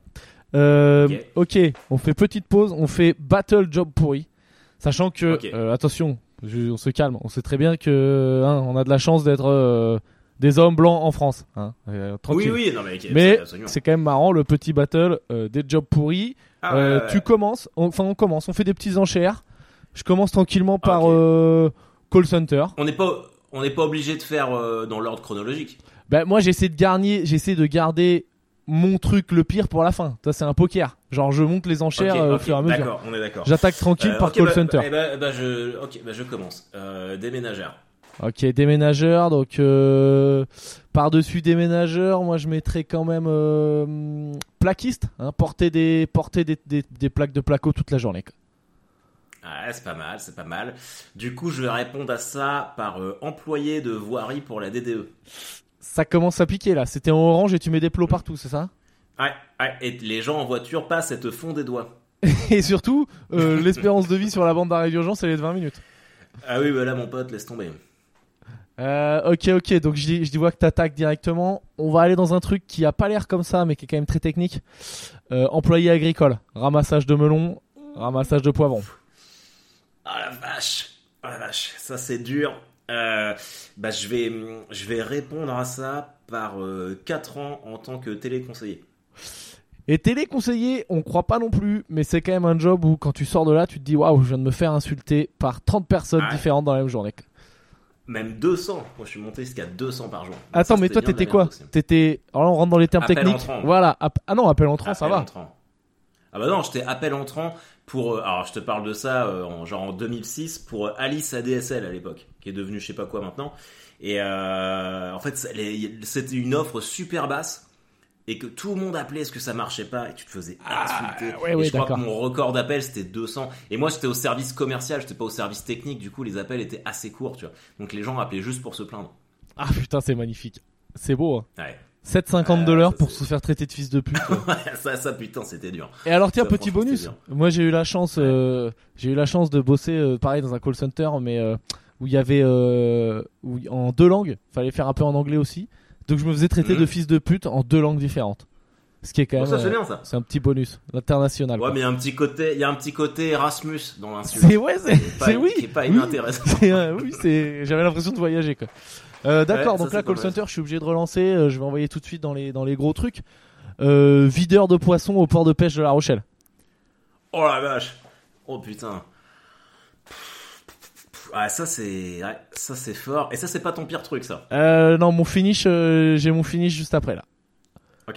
Speaker 1: Ok, on fait petite pause, on fait battle job pourri. Sachant que, attention, On se calme. On sait très bien que on a de la chance d'être des hommes blancs en France. Tranquille.
Speaker 2: Oui, non,
Speaker 1: mais c'est quand même marrant le petit battle des jobs pourris. Tu commences, on commence, on fait des petites enchères. Je commence tranquillement par call center.
Speaker 2: On n'est pas obligé de faire dans l'ordre chronologique.
Speaker 1: Ben moi j'essaie de garder mon truc le pire pour la fin. Ça c'est un poker. Genre je monte les enchères au fur et à mesure.
Speaker 2: D'accord, on est d'accord.
Speaker 1: J'attaque tranquille par call center.
Speaker 2: Je commence. Déménageur.
Speaker 1: Ok, déménageur. Donc par-dessus déménageur, moi je mettrais quand même plaquiste. Porter des plaques de placo toute la journée.
Speaker 2: Ah, c'est pas mal. Du coup, je vais répondre à ça par employé de voirie pour la DDE.
Speaker 1: Ça commence à piquer là. C'était en orange et tu mets des plots partout, c'est ça ?
Speaker 2: Ouais. Et les gens en voiture passent et te font des doigts.
Speaker 1: Et surtout, l'espérance de vie sur la bande d'arrêt d'urgence, elle est de 20 minutes.
Speaker 2: Ah oui, bah là, mon pote, laisse tomber.
Speaker 1: Ok. Donc je vois que t'attaques directement. On va aller dans un truc qui a pas l'air comme ça, mais qui est quand même très technique. Employé agricole. Ramassage de melons, ramassage de poivrons.
Speaker 2: Ah la vache, ça c'est dur. Je vais répondre à ça par 4 ans en tant que téléconseiller.
Speaker 1: Et téléconseiller, on croit pas non plus, mais c'est quand même un job où quand tu sors de là, tu te dis waouh, je viens de me faire insulter par 30 personnes différentes dans la même journée.
Speaker 2: Même 200. Moi, je suis monté jusqu'à 200 par jour.
Speaker 1: Attends, mais toi, t'étais quoi ? Alors là, on rentre dans les termes
Speaker 2: appel
Speaker 1: techniques.
Speaker 2: Entrant.
Speaker 1: Voilà. Ah non, appel entrant, ça va.
Speaker 2: Entrant. Ah bah non, j'étais appel entrant pour... alors, je te parle de ça en 2006 pour Alice ADSL à l'époque, qui est devenue je sais pas quoi maintenant. Et en fait, c'était une offre super basse et que tout le monde appelait parce que ça marchait pas et tu te faisais insulter. Et je crois que mon record d'appel c'était 200. Et moi, j'étais au service commercial, j'étais pas au service technique. Du coup, les appels étaient assez courts, tu vois. Donc les gens appelaient juste pour se plaindre.
Speaker 1: Ah putain, c'est magnifique. C'est beau, hein.
Speaker 2: Ouais.
Speaker 1: 7,50 $ pour se faire traiter de fils de pute.
Speaker 2: ça putain, c'était dur.
Speaker 1: Et alors tiens, petit bonus. Moi j'ai eu la chance de bosser pareil dans un call center, mais où il y avait en 2 langues. Fallait faire un peu en anglais aussi. Donc je me faisais traiter de fils de pute en 2 langues différentes. Ce qui est quand même.
Speaker 2: Ça c'est bien ça.
Speaker 1: C'est un petit bonus, l'international.
Speaker 2: Ouais, mais il y a un petit côté Erasmus dans l'insulte.
Speaker 1: Qui
Speaker 2: est pas inintéressant.
Speaker 1: J'avais l'impression de voyager quoi. D'accord, donc là call center, je suis obligé de relancer. Je vais envoyer tout de suite dans les gros trucs. Videur de poissons au port de pêche de La Rochelle.
Speaker 2: Oh la vache. Oh putain. Ah, ça c'est fort. Et ça c'est pas ton pire truc ça.
Speaker 1: Non, mon finish, j'ai mon finish juste après là.
Speaker 2: Ok.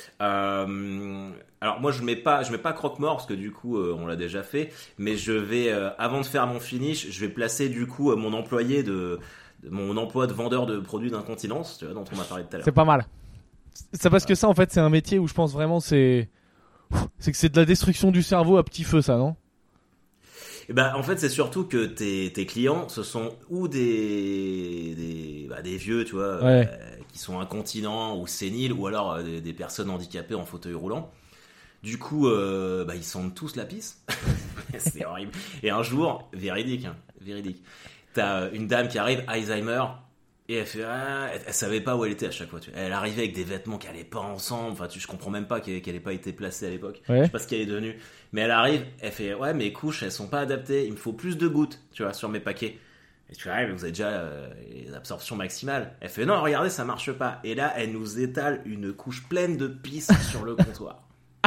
Speaker 2: Alors moi je mets pas croque-mort parce que du coup on l'a déjà fait. Mais je vais avant de faire mon finish, je vais placer du coup mon employé mon emploi de vendeur de produits d'incontinence, tu vois, dont on m'a parlé tout à l'heure.
Speaker 1: C'est pas mal. C'est parce que ça, en fait, c'est un métier où je pense vraiment c'est que c'est de la destruction du cerveau à petit feu, ça, non ?
Speaker 2: Et en fait, c'est surtout que tes clients, ce sont ou des vieux, tu vois, qui sont incontinents ou séniles, ou alors des personnes handicapées en fauteuil roulant. Du coup, ils sentent tous la pisse. C'est horrible. Et un jour, véridique. T'as une dame qui arrive, Alzheimer, et elle fait elle savait pas où elle était à chaque fois. Elle arrivait avec des vêtements qui allaient pas ensemble. Enfin, je comprends même pas qu'elle ait pas été placée à l'époque. Ouais. Je sais pas ce qu'elle est devenue. Mais elle arrive, elle fait mes couches elles sont pas adaptées. Il me faut plus de gouttes, tu vois, sur mes paquets. Et tu vois, vous avez déjà les absorptions maximales. Elle fait non, regardez, ça marche pas. Et là, elle nous étale une couche pleine de pisse sur le comptoir.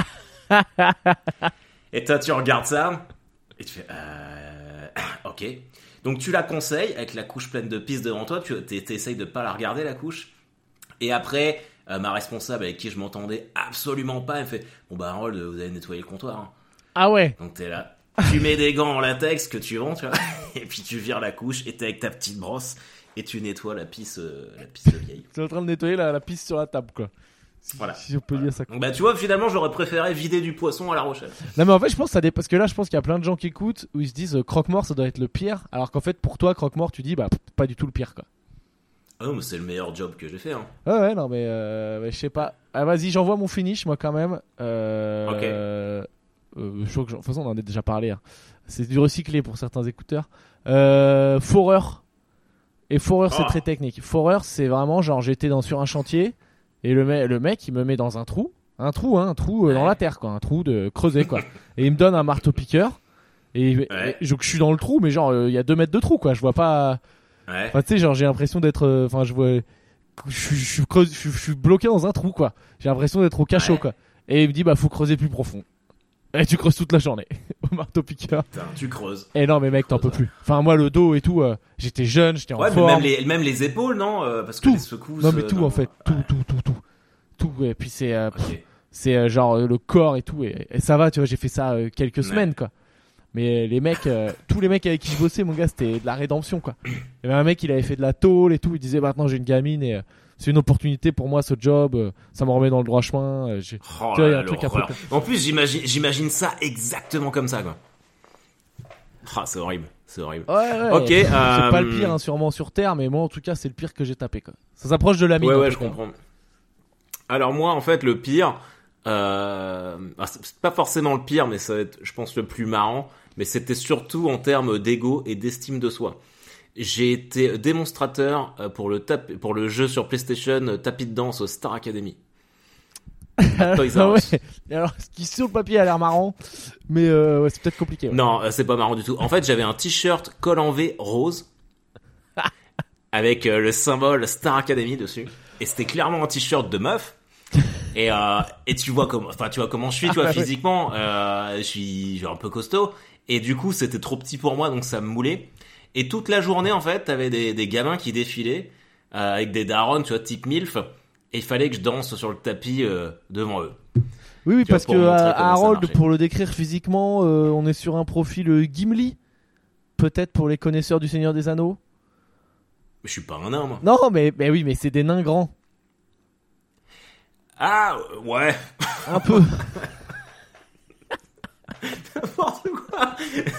Speaker 2: Et toi, tu regardes ça et tu fais ok. Donc tu la conseilles avec la couche pleine de pisse devant toi, tu essayes de pas la regarder la couche. Et après, ma responsable avec qui je m'entendais absolument pas, elle me fait Harold, vous allez nettoyer le comptoir. Hein.
Speaker 1: Ah ouais.
Speaker 2: Donc t'es là, tu mets des gants en latex que tu vends, tu vois, et puis tu vires la couche et t'es avec ta petite brosse et tu nettoies la pisse de vieille.
Speaker 1: Tu es en train de nettoyer la pisse sur la table quoi. Si on peut dire ça.
Speaker 2: Donc tu vois, finalement, j'aurais préféré vider du poisson à La Rochelle.
Speaker 1: Non mais en fait, je pense parce que là, je pense qu'il y a plein de gens qui écoutent où ils se disent croque-mort, ça doit être le pire, alors qu'en fait, pour toi, croque-mort, tu dis pas du tout le pire quoi.
Speaker 2: Ah non, mais c'est le meilleur job que j'ai fait. Hein.
Speaker 1: Ouais, non mais je sais pas. Ah vas-y, j'envoie mon finish moi quand même.
Speaker 2: Ok.
Speaker 1: Je crois que de toute façon, on en a déjà parlé. Hein. C'est du recyclé pour certains écouteurs. Foreur. Et foreur, c'est très technique. Foreur, c'est vraiment genre j'étais sur un chantier. Et le mec, il me met dans un trou dans la terre, quoi, un trou de creuser, quoi. Et il me donne un marteau piqueur. Et je suis dans le trou, mais genre il y a 2 mètres de trou quoi. Je vois pas.
Speaker 2: Ouais.
Speaker 1: Enfin tu sais genre j'ai l'impression d'être. Enfin je vois. Je suis bloqué dans un trou quoi. J'ai l'impression d'être au cachot quoi. Et il me dit bah faut creuser plus profond. Et tu creuses toute la journée au marteau piqueur.
Speaker 2: Putain, tu creuses.
Speaker 1: Et non mais mec t'en peux plus. Enfin moi le dos et tout, j'étais jeune, j'étais en forme.
Speaker 2: Mais même les épaules non parce
Speaker 1: tout.
Speaker 2: Que les secousses.
Speaker 1: Non mais tout en fait, tout. Et puis c'est genre le corps et tout et ça va tu vois j'ai fait ça quelques semaines quoi. Mais les mecs, tous les mecs avec qui je bossais mon gars c'était de la rédemption quoi. Il y avait un mec il avait fait de la tôle et tout, il disait maintenant j'ai une gamine et c'est une opportunité pour moi ce job, ça me remet dans le droit chemin. Tu vois, y a un truc un peu...
Speaker 2: En plus, j'imagine ça exactement comme ça, quoi. Ah, c'est horrible.
Speaker 1: Ouais.
Speaker 2: Ok.
Speaker 1: C'est pas le pire, hein, sûrement sur Terre, mais moi en tout cas, c'est le pire que j'ai tapé, quoi. Ça s'approche de la mine.
Speaker 2: Ouais, je comprends. Alors moi, en fait, le pire, c'est pas forcément le pire, mais ça va être, je pense, le plus marrant. Mais c'était surtout en termes d'ego et d'estime de soi. J'ai été démonstrateur pour le jeu sur PlayStation tapis de danse au Star Academy. Toys R Us.
Speaker 1: Ouais. Alors, ce qui sur le papier a l'air marrant, mais ouais, c'est peut-être compliqué. Ouais.
Speaker 2: Non, c'est pas marrant du tout. En fait, j'avais un t-shirt col en V rose avec le symbole Star Academy dessus, et c'était clairement un t-shirt de meuf. Et tu vois comment je suis, tu vois physiquement, je suis un peu costaud, et du coup c'était trop petit pour moi, donc ça me moulait. Et toute la journée, en fait, t'avais des gamins qui défilaient avec des darons, tu vois, type MILF, et il fallait que je danse sur le tapis devant eux.
Speaker 1: Oui, parce que Harold, pour le décrire physiquement, on est sur un profil Gimli, peut-être pour les connaisseurs du Seigneur des Anneaux.
Speaker 2: Mais je suis pas un nain, moi.
Speaker 1: Non, mais oui, mais c'est des nains grands.
Speaker 2: Ah, ouais.
Speaker 1: Un peu.
Speaker 2: N'importe quoi.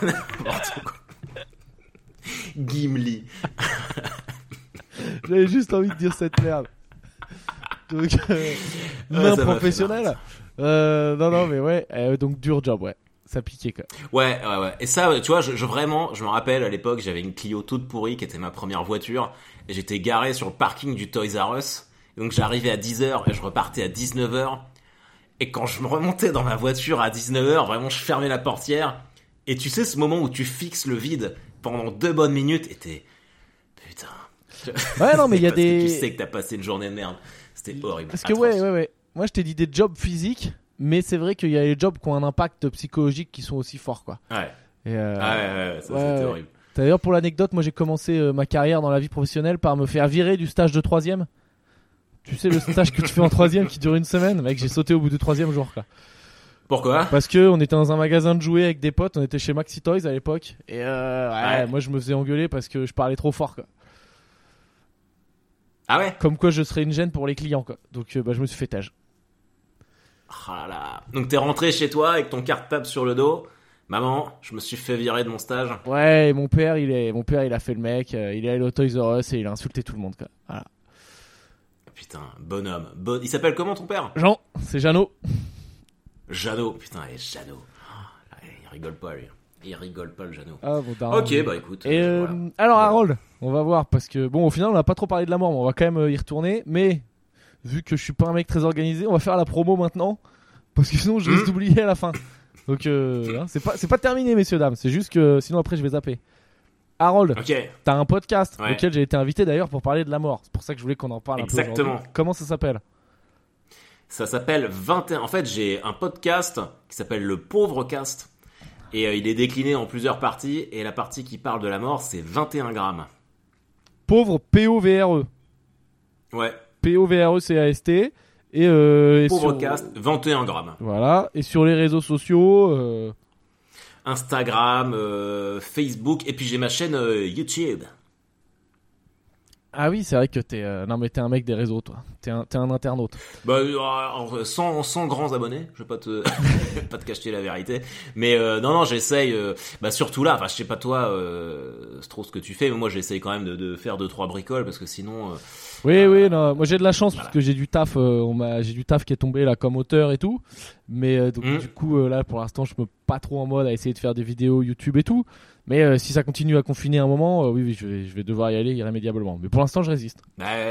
Speaker 2: Gimli.
Speaker 1: J'avais juste envie de dire cette merde. Donc, nain professionnel. Non, mais ouais. Donc, dur job, ouais. Ça piquait, quoi.
Speaker 2: Ouais. Et ça, tu vois, je me rappelle, à l'époque, j'avais une Clio toute pourrie qui était ma première voiture. Et j'étais garé sur le parking du Toys R Us. Et donc, j'arrivais à 10h et je repartais à 19h. Et quand je me remontais dans ma voiture à 19h, vraiment, je fermais la portière. Et tu sais, ce moment où tu fixes le vide pendant 2 bonnes minutes, et t'es... Putain.
Speaker 1: Ouais, non, mais il y a des...
Speaker 2: Que tu sais que t'as passé une journée de merde. C'était horrible.
Speaker 1: Parce que ouais. Moi, je t'ai dit des jobs physiques, mais c'est vrai qu'il y a les jobs qui ont un impact psychologique qui sont aussi forts, quoi.
Speaker 2: Ouais.
Speaker 1: Et
Speaker 2: ça c'était horrible.
Speaker 1: D'ailleurs, pour l'anecdote, moi, j'ai commencé ma carrière dans la vie professionnelle par me faire virer du stage de 3e. Tu sais, le stage que tu fais en 3e qui dure une semaine, mec, j'ai sauté au bout du 3e jour, quoi.
Speaker 2: Pourquoi ?
Speaker 1: Parce que on était dans un magasin de jouets avec des potes, on était chez Maxi Toys à l'époque, et moi je me faisais engueuler parce que je parlais trop fort, quoi.
Speaker 2: Ah ouais ?
Speaker 1: Comme quoi je serais une gêne pour les clients, quoi. Donc je me suis fait tâche.
Speaker 2: Oh là là. Donc t'es rentré chez toi avec ton cartable sur le dos. Maman, je me suis fait virer de mon stage.
Speaker 1: Ouais, et mon père il a fait le mec, il est allé au Toys R Us et il a insulté tout le monde, quoi. Voilà.
Speaker 2: Putain, bonhomme. Il s'appelle comment ton père ?
Speaker 1: Jean, c'est Jeannot.
Speaker 2: Jeannot, putain, Jeannot. Il rigole pas, lui. Il rigole pas, le Jeannot.
Speaker 1: Ah, bon, daron,
Speaker 2: ok, bah écoute.
Speaker 1: Et
Speaker 2: voilà.
Speaker 1: alors, Harold, on va voir, parce que, bon, au final, on n'a pas trop parlé de la mort, mais on va quand même y retourner. Mais, vu que je suis pas un mec très organisé, on va faire la promo maintenant, parce que sinon, je risque d'oublier à la fin. Donc, c'est pas terminé, messieurs, dames. C'est juste que, sinon, après, je vais zapper. Harold, t'as un podcast auquel j'ai été invité d'ailleurs pour parler de la mort. C'est pour ça que je voulais qu'on en parle un peu aujourd'hui.
Speaker 2: Exactement.
Speaker 1: Comment ça s'appelle ?
Speaker 2: Ça s'appelle 21. En fait, j'ai un podcast qui s'appelle Le Pauvre Cast. Et il est décliné en plusieurs parties. Et la partie qui parle de la mort, c'est 21 grammes.
Speaker 1: Pauvre, P-O-V-R-E.
Speaker 2: Ouais.
Speaker 1: P-O-V-R-E-C-A-S-T. Et
Speaker 2: Pauvre Cast, 21 grammes.
Speaker 1: Voilà. Et sur les réseaux sociaux...
Speaker 2: Instagram, Facebook. Et puis j'ai ma chaîne YouTube.
Speaker 1: Ah oui, c'est vrai que t'es un mec des réseaux, toi. T'es un internaute.
Speaker 2: Bah, sans grands abonnés, je vais pas te pas te cacher la vérité. Mais non, j'essaye. Surtout là, enfin, je sais pas toi, c'est trop ce que tu fais, mais moi j'essaye quand même de faire 2-3 bricoles parce que sinon.
Speaker 1: Oui, non, moi j'ai de la chance parce que j'ai du taf. J'ai du taf qui est tombé là comme auteur et tout. Mais donc du coup là, pour l'instant, je me pas trop en mode à essayer de faire des vidéos YouTube et tout. Mais si ça continue à confiner un moment, oui, je vais devoir y aller irrémédiablement. Mais pour l'instant, je résiste.
Speaker 2: Ouais,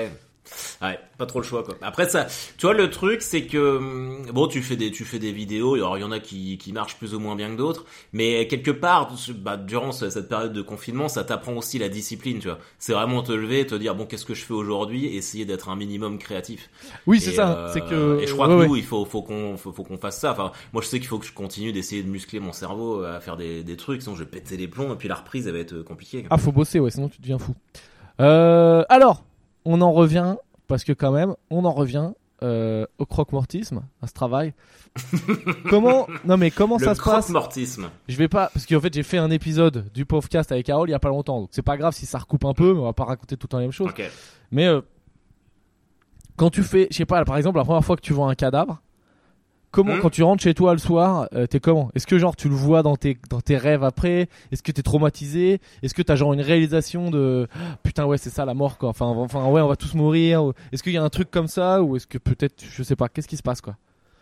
Speaker 2: Ouais, pas trop le choix quoi. Après ça, tu vois le truc c'est que bon tu fais des vidéos, alors il y en a qui marchent plus ou moins bien que d'autres, mais quelque part durant cette période de confinement, ça t'apprend aussi la discipline, tu vois. C'est vraiment te lever, te dire bon qu'est-ce que je fais aujourd'hui, essayer d'être un minimum créatif.
Speaker 1: Oui, c'est ça, c'est que
Speaker 2: et je crois que nous il faut qu'on fasse ça. Enfin, moi je sais qu'il faut que je continue d'essayer de muscler mon cerveau à faire des trucs, sinon je vais péter les plombs et puis la reprise elle va être compliquée.
Speaker 1: Ah, faut bosser ouais, sinon tu deviens fou. Alors on en revient, parce que quand même, on en revient au croque-mortisme, à ce travail. Comment ça se passe ?
Speaker 2: Croque-mortisme.
Speaker 1: Je vais pas, parce qu'en fait j'ai fait un épisode du podcast avec Carole il y a pas longtemps, donc c'est pas grave si ça recoupe un peu, mais on va pas raconter tout le temps la même chose.
Speaker 2: Okay.
Speaker 1: Mais quand tu fais, je sais pas, par exemple la première fois que tu vois un cadavre, comment quand tu rentres chez toi le soir, t'es comment ? Est-ce que genre tu le vois dans tes rêves après ? Est-ce que t'es traumatisé ? Est-ce que t'as genre une réalisation de putain ouais c'est ça la mort quoi ? Enfin ouais on va tous mourir. Est-ce qu'il y a un truc comme ça ou est-ce que peut-être je sais pas, qu'est-ce qui se passe quoi ?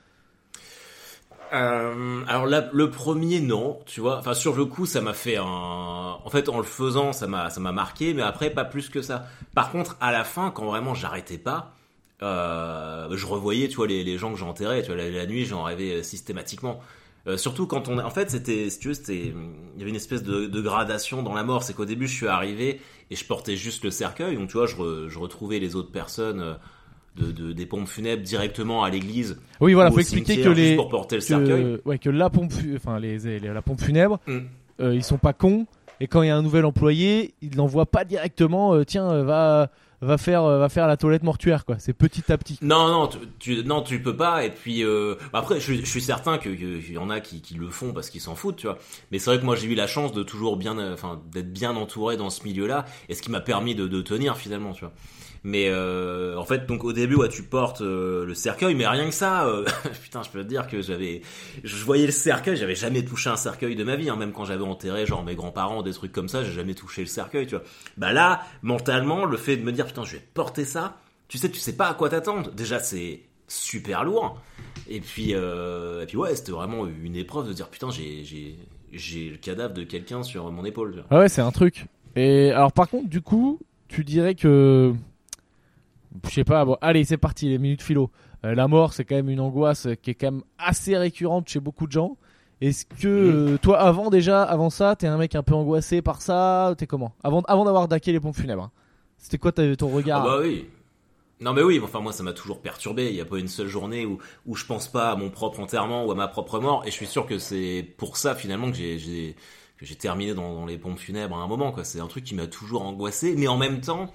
Speaker 2: Alors là, le premier non, tu vois. Enfin sur le coup ça m'a fait en fait en le faisant ça m'a marqué, mais après pas plus que ça. Par contre à la fin quand vraiment j'arrêtais pas. Je revoyais tu vois les gens que j'enterrais, tu vois la nuit j'en rêvais systématiquement, surtout quand en fait c'était si tu veux il y avait une espèce de gradation dans la mort. C'est qu'au début je suis arrivé et je portais juste le cercueil, donc tu vois je retrouvais les autres personnes des pompes funèbres directement à l'église.
Speaker 1: Oui voilà, faut expliquer que
Speaker 2: pour porter le cercueil.
Speaker 1: Ouais, que la pompe la pompe funèbre ils sont pas cons, et quand il y a un nouvel employé ils l'envoient pas directement tiens va faire la toilette mortuaire quoi, c'est petit à petit.
Speaker 2: Non tu peux pas. Et puis après je suis certain que il y en a qui le font parce qu'ils s'en foutent, tu vois. Mais c'est vrai que moi j'ai eu la chance de toujours d'être bien entouré dans ce milieu-là, et ce qui m'a permis de tenir finalement, tu vois. Mais en fait donc au début ouais tu portes le cercueil, mais rien que ça putain je peux te dire que je voyais le cercueil, j'avais jamais touché un cercueil de ma vie, hein. Même quand j'avais enterré genre mes grands-parents, des trucs comme ça, j'ai jamais touché le cercueil, tu vois. Bah là mentalement le fait de me dire putain je vais porter ça, tu sais pas à quoi t'attendre, déjà c'est super lourd, et puis ouais c'était vraiment une épreuve de dire putain j'ai le cadavre de quelqu'un sur mon épaule, tu vois.
Speaker 1: Ah ouais c'est un truc. Et alors par contre du coup tu dirais que je sais pas, bon, allez c'est parti les minutes philo. La mort c'est quand même une angoisse qui est quand même assez récurrente chez beaucoup de gens. Est-ce que toi avant ça t'es un mec un peu angoissé par ça, t'es comment avant d'avoir daqué les pompes funèbres, hein. C'était quoi ton regard?
Speaker 2: Ah bah oui. Non mais oui, enfin moi ça m'a toujours perturbé, il y a pas une seule journée où je pense pas à mon propre enterrement ou à ma propre mort, et je suis sûr que c'est pour ça finalement que j'ai terminé dans les pompes funèbres à un moment quoi. C'est un truc qui m'a toujours angoissé, mais en même temps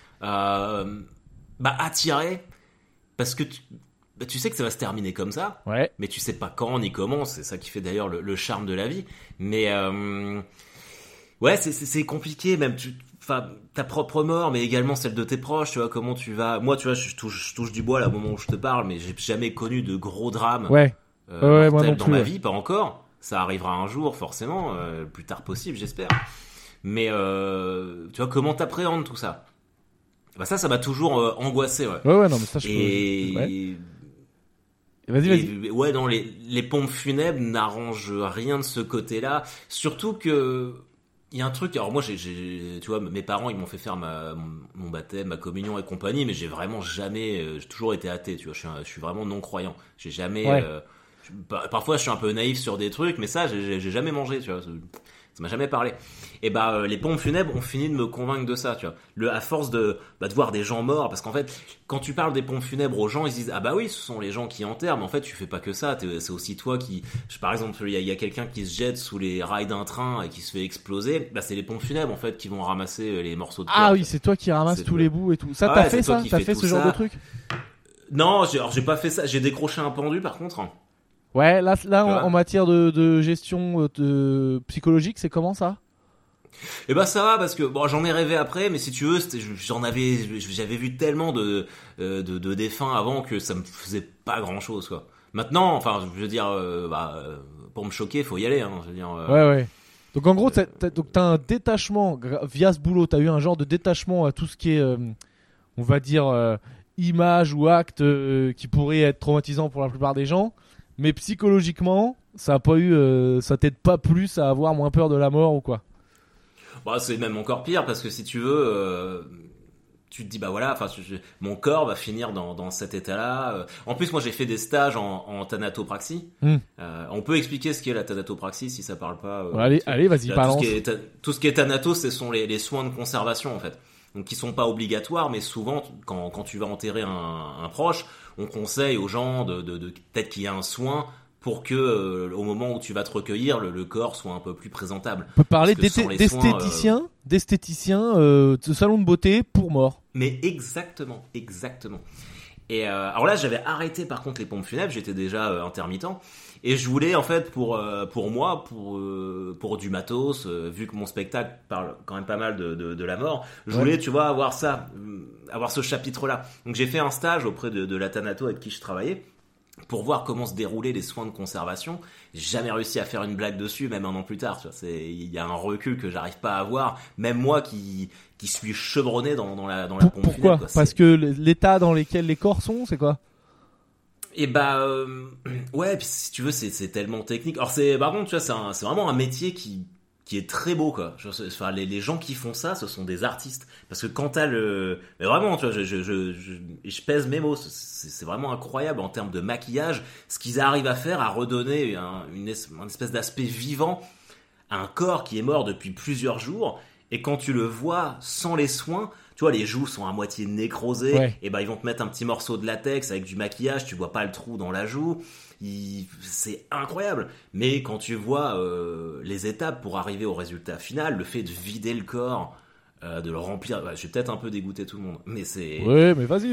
Speaker 2: attiré, parce que tu sais que ça va se terminer comme ça,
Speaker 1: ouais.
Speaker 2: Mais tu sais pas quand ni comment. C'est ça qui fait d'ailleurs le charme de la vie. Mais ouais, c'est compliqué, même ta propre mort, mais également celle de tes proches. Tu vois comment tu vas. Moi, tu vois, je touche du bois là au moment où je te parle, mais j'ai jamais connu de gros drames.
Speaker 1: Ouais.
Speaker 2: Moi non
Speaker 1: plus,
Speaker 2: dans ma vie, pas encore. Ça arrivera un jour, forcément, le plus tard possible, j'espère. Mais tu vois comment t'appréhendes tout ça. Bah ça m'a toujours angoissé, ouais.
Speaker 1: Ouais, non, mais ça je
Speaker 2: ouais. Vas-y. Ouais, non, les pompes funèbres n'arrangent rien de ce côté-là. Surtout que il y a un truc. Alors moi, tu vois, mes parents, ils m'ont fait faire mon baptême, ma communion et compagnie, mais j'ai vraiment jamais. J'ai toujours été athée, tu vois. Je suis vraiment non croyant. J'ai jamais.
Speaker 1: Ouais.
Speaker 2: Parfois, je suis un peu naïf sur des trucs, mais ça, j'ai jamais mangé, tu vois. Ça m'a jamais parlé. Et les pompes funèbres ont fini de me convaincre de ça, tu vois. À force de voir des gens morts, parce qu'en fait, quand tu parles des pompes funèbres aux gens, ils se disent ah bah oui, ce sont les gens qui enterrent, mais en fait, tu fais pas que ça. C'est aussi toi qui, par exemple, il y a quelqu'un qui se jette sous les rails d'un train et qui se fait exploser. Bah c'est les pompes funèbres en fait qui vont ramasser les morceaux de corps.
Speaker 1: Ah oui, c'est toi qui ramasses tous les bouts et tout. Ça, t'as fait ça ? T'as fait ce genre de truc ?
Speaker 2: Non, j'ai pas fait ça. J'ai décroché un pendu par contre.
Speaker 1: Ouais, là en matière de gestion psychologique, c'est comment ça ?
Speaker 2: Et bah ça va, parce que bon, j'en ai rêvé après, mais si tu veux, j'avais vu tellement de défunts avant que ça me faisait pas grand chose quoi. Maintenant, enfin, je veux dire, pour me choquer, faut y aller, hein. Je veux dire.
Speaker 1: Ouais. Donc en gros, t'as un détachement via ce boulot. T'as eu un genre de détachement à tout ce qui est, on va dire, image ou acte qui pourrait être traumatisant pour la plupart des gens. Mais psychologiquement, ça t'aide pas plus à avoir moins peur de la mort ou quoi ?
Speaker 2: Bah, c'est même encore pire, parce que si tu veux, tu te dis bah voilà, enfin mon corps va finir dans cet état-là. En plus moi j'ai fait des stages en thanatopraxie. On peut expliquer ce qu'est la thanatopraxie si ça parle pas.
Speaker 1: Allez, vas-y, balance.
Speaker 2: Tout ce qui est thanatos, ce sont les soins de conservation en fait. Donc qui sont pas obligatoires, mais souvent quand tu vas enterrer un proche, on conseille aux gens de peut-être qu'il y a un soin pour que au moment où tu vas te recueillir, le corps soit un peu plus présentable.
Speaker 1: On peut parler d'esthéticiens, de salon de beauté pour morts.
Speaker 2: Mais exactement. Et alors là, j'avais arrêté par contre les pompes funèbres, j'étais déjà intermittent. Et je voulais en fait pour moi, pour du matos, vu que mon spectacle parle quand même pas mal de la mort, je voulais, tu vois, avoir ce chapitre-là. Donc j'ai fait un stage auprès de la Thanato avec qui je travaillais, pour voir comment se déroulaient les soins de conservation. J'ai jamais réussi à faire une blague dessus, même un an plus tard. Il y a un recul que j'arrive pas à avoir, même moi qui suis chevronné dans la pompe funèbre.
Speaker 1: Pourquoi ? Parce que l'état dans lequel les corps sont, c'est quoi ?
Speaker 2: Et ouais, puis si tu veux, c'est tellement technique. Alors par contre, tu vois, c'est vraiment un métier qui est très beau, quoi. Enfin, les gens qui font ça, ce sont des artistes. Parce que quand t'as mais vraiment, tu vois, je pèse mes mots. C'est vraiment incroyable en termes de maquillage, ce qu'ils arrivent à faire, à redonner une espèce d'aspect vivant à un corps qui est mort depuis plusieurs jours. Et quand tu le vois sans les soins, tu vois, les joues sont à moitié nécrosées,
Speaker 1: ouais.
Speaker 2: Et ils vont te mettre un petit morceau de latex avec du maquillage, tu vois pas le trou dans la joue. C'est incroyable. Mais quand tu vois les étapes pour arriver au résultat final, le fait de vider le corps, de le remplir, je vais peut-être un peu dégoûter tout le monde, mais c'est...
Speaker 1: Ouais, mais vas-y.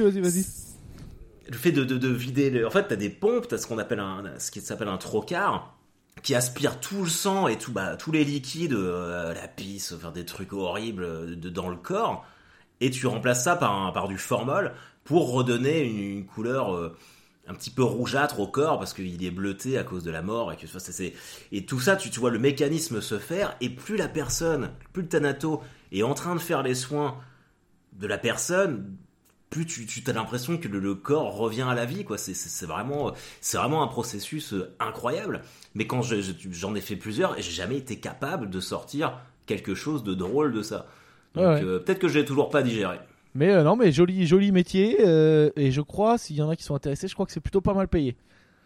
Speaker 2: Le fait de vider... En fait, t'as des pompes, t'as ce qui s'appelle un trocar, qui aspire tout le sang et tous les liquides, la pisse, enfin des trucs horribles dans le corps, et tu remplaces ça par du formol pour redonner une couleur un petit peu rougeâtre au corps parce qu'il est bleuté à cause de la mort et tout ça, tu vois le mécanisme se faire, et plus le thanato est en train de faire les soins de la personne, plus tu as l'impression que le corps revient à la vie, quoi. C'est vraiment un processus incroyable. Mais quand j'en ai fait plusieurs, j'ai jamais été capable de sortir quelque chose de drôle de ça. Donc peut-être que je l'ai toujours pas digéré.
Speaker 1: Mais non, mais joli métier, et je crois, s'il y en a qui sont intéressés, je crois que c'est plutôt pas mal payé.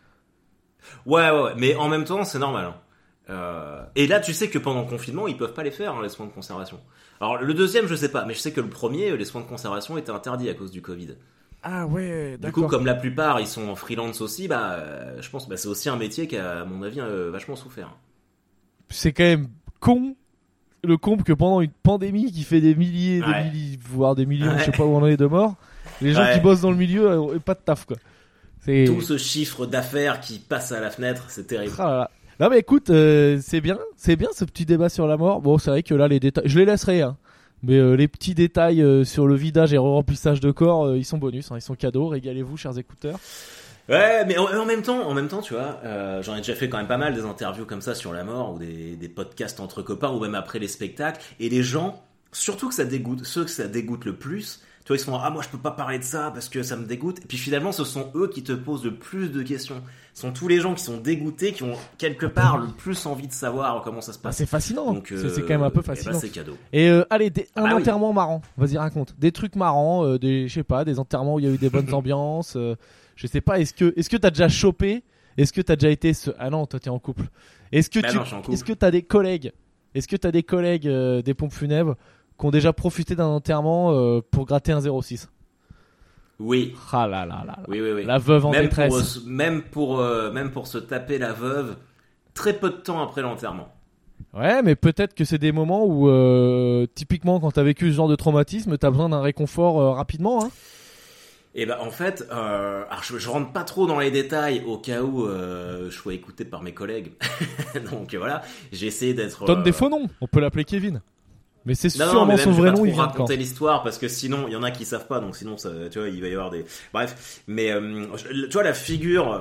Speaker 2: Ouais, mais en même temps, c'est normal. Et là, tu sais que pendant le confinement, ils peuvent pas les faire, les soins de conservation. Alors le deuxième, je sais pas, mais je sais que le premier, les soins de conservation étaient interdits à cause du Covid.
Speaker 1: Ah ouais, d'accord.
Speaker 2: Du coup, comme la plupart, ils sont en freelance aussi, je pense que c'est aussi un métier qui a, à mon avis, vachement souffert.
Speaker 1: C'est quand même con. Le comble que pendant une pandémie qui fait des milliers, voire des millions, je sais pas où on en est de morts, les gens qui bossent dans le milieu n'ont pas de taf, quoi.
Speaker 2: Tout ce chiffre d'affaires qui passe à la fenêtre, c'est terrible.
Speaker 1: Ah là là. Non mais écoute, c'est bien ce petit débat sur la mort. Bon, c'est vrai que là les détails, je les laisserai, hein. Mais les petits détails sur le vidage et remplissage de corps, ils sont bonus, hein, ils sont cadeaux. Régalez-vous, chers écouteurs.
Speaker 2: Ouais, mais en même temps, tu vois, j'en ai déjà fait quand même pas mal des interviews comme ça sur la mort ou des podcasts entre copains ou même après les spectacles, et les gens, surtout ceux que ça dégoûte le plus, tu vois, ils se font moi je peux pas parler de ça parce que ça me dégoûte, et puis finalement ce sont eux qui te posent le plus de questions. Ce sont tous les gens qui sont dégoûtés qui ont quelque part le plus envie de savoir comment ça se passe.
Speaker 1: C'est fascinant. Donc c'est quand même un peu fascinant.
Speaker 2: C'est cadeau.
Speaker 1: Et allez, un enterrement marrant. Vas-y, raconte des trucs marrants, je sais pas, des enterrements où il y a eu des bonnes ambiances. Je sais pas, est-ce que t'as déjà chopé? Est-ce que t'as déjà été Ah non, toi t'es en couple. Est-ce que t'as des collègues? Est-ce que t'as des collègues des pompes funèbres qui ont déjà profité d'un enterrement pour gratter un 06?
Speaker 2: Oui.
Speaker 1: Ah là là là.
Speaker 2: Oui.
Speaker 1: La veuve en détresse.
Speaker 2: Même pour se taper la veuve très peu de temps après l'enterrement.
Speaker 1: Ouais, mais peut-être que c'est des moments où typiquement quand t'as vécu ce genre de traumatisme, t'as besoin d'un réconfort rapidement, hein.
Speaker 2: Et en fait, alors je rentre pas trop dans les détails au cas où je sois écouté par mes collègues. Donc voilà, j'ai essayé d'être...
Speaker 1: Donne des faux noms, on peut l'appeler Kevin. Mais c'est sûrement son vrai nom, il vient de
Speaker 2: raconter l'histoire parce que sinon, il y en a qui savent pas, donc sinon, ça, tu vois, il va y avoir des... Bref, mais tu vois, la figure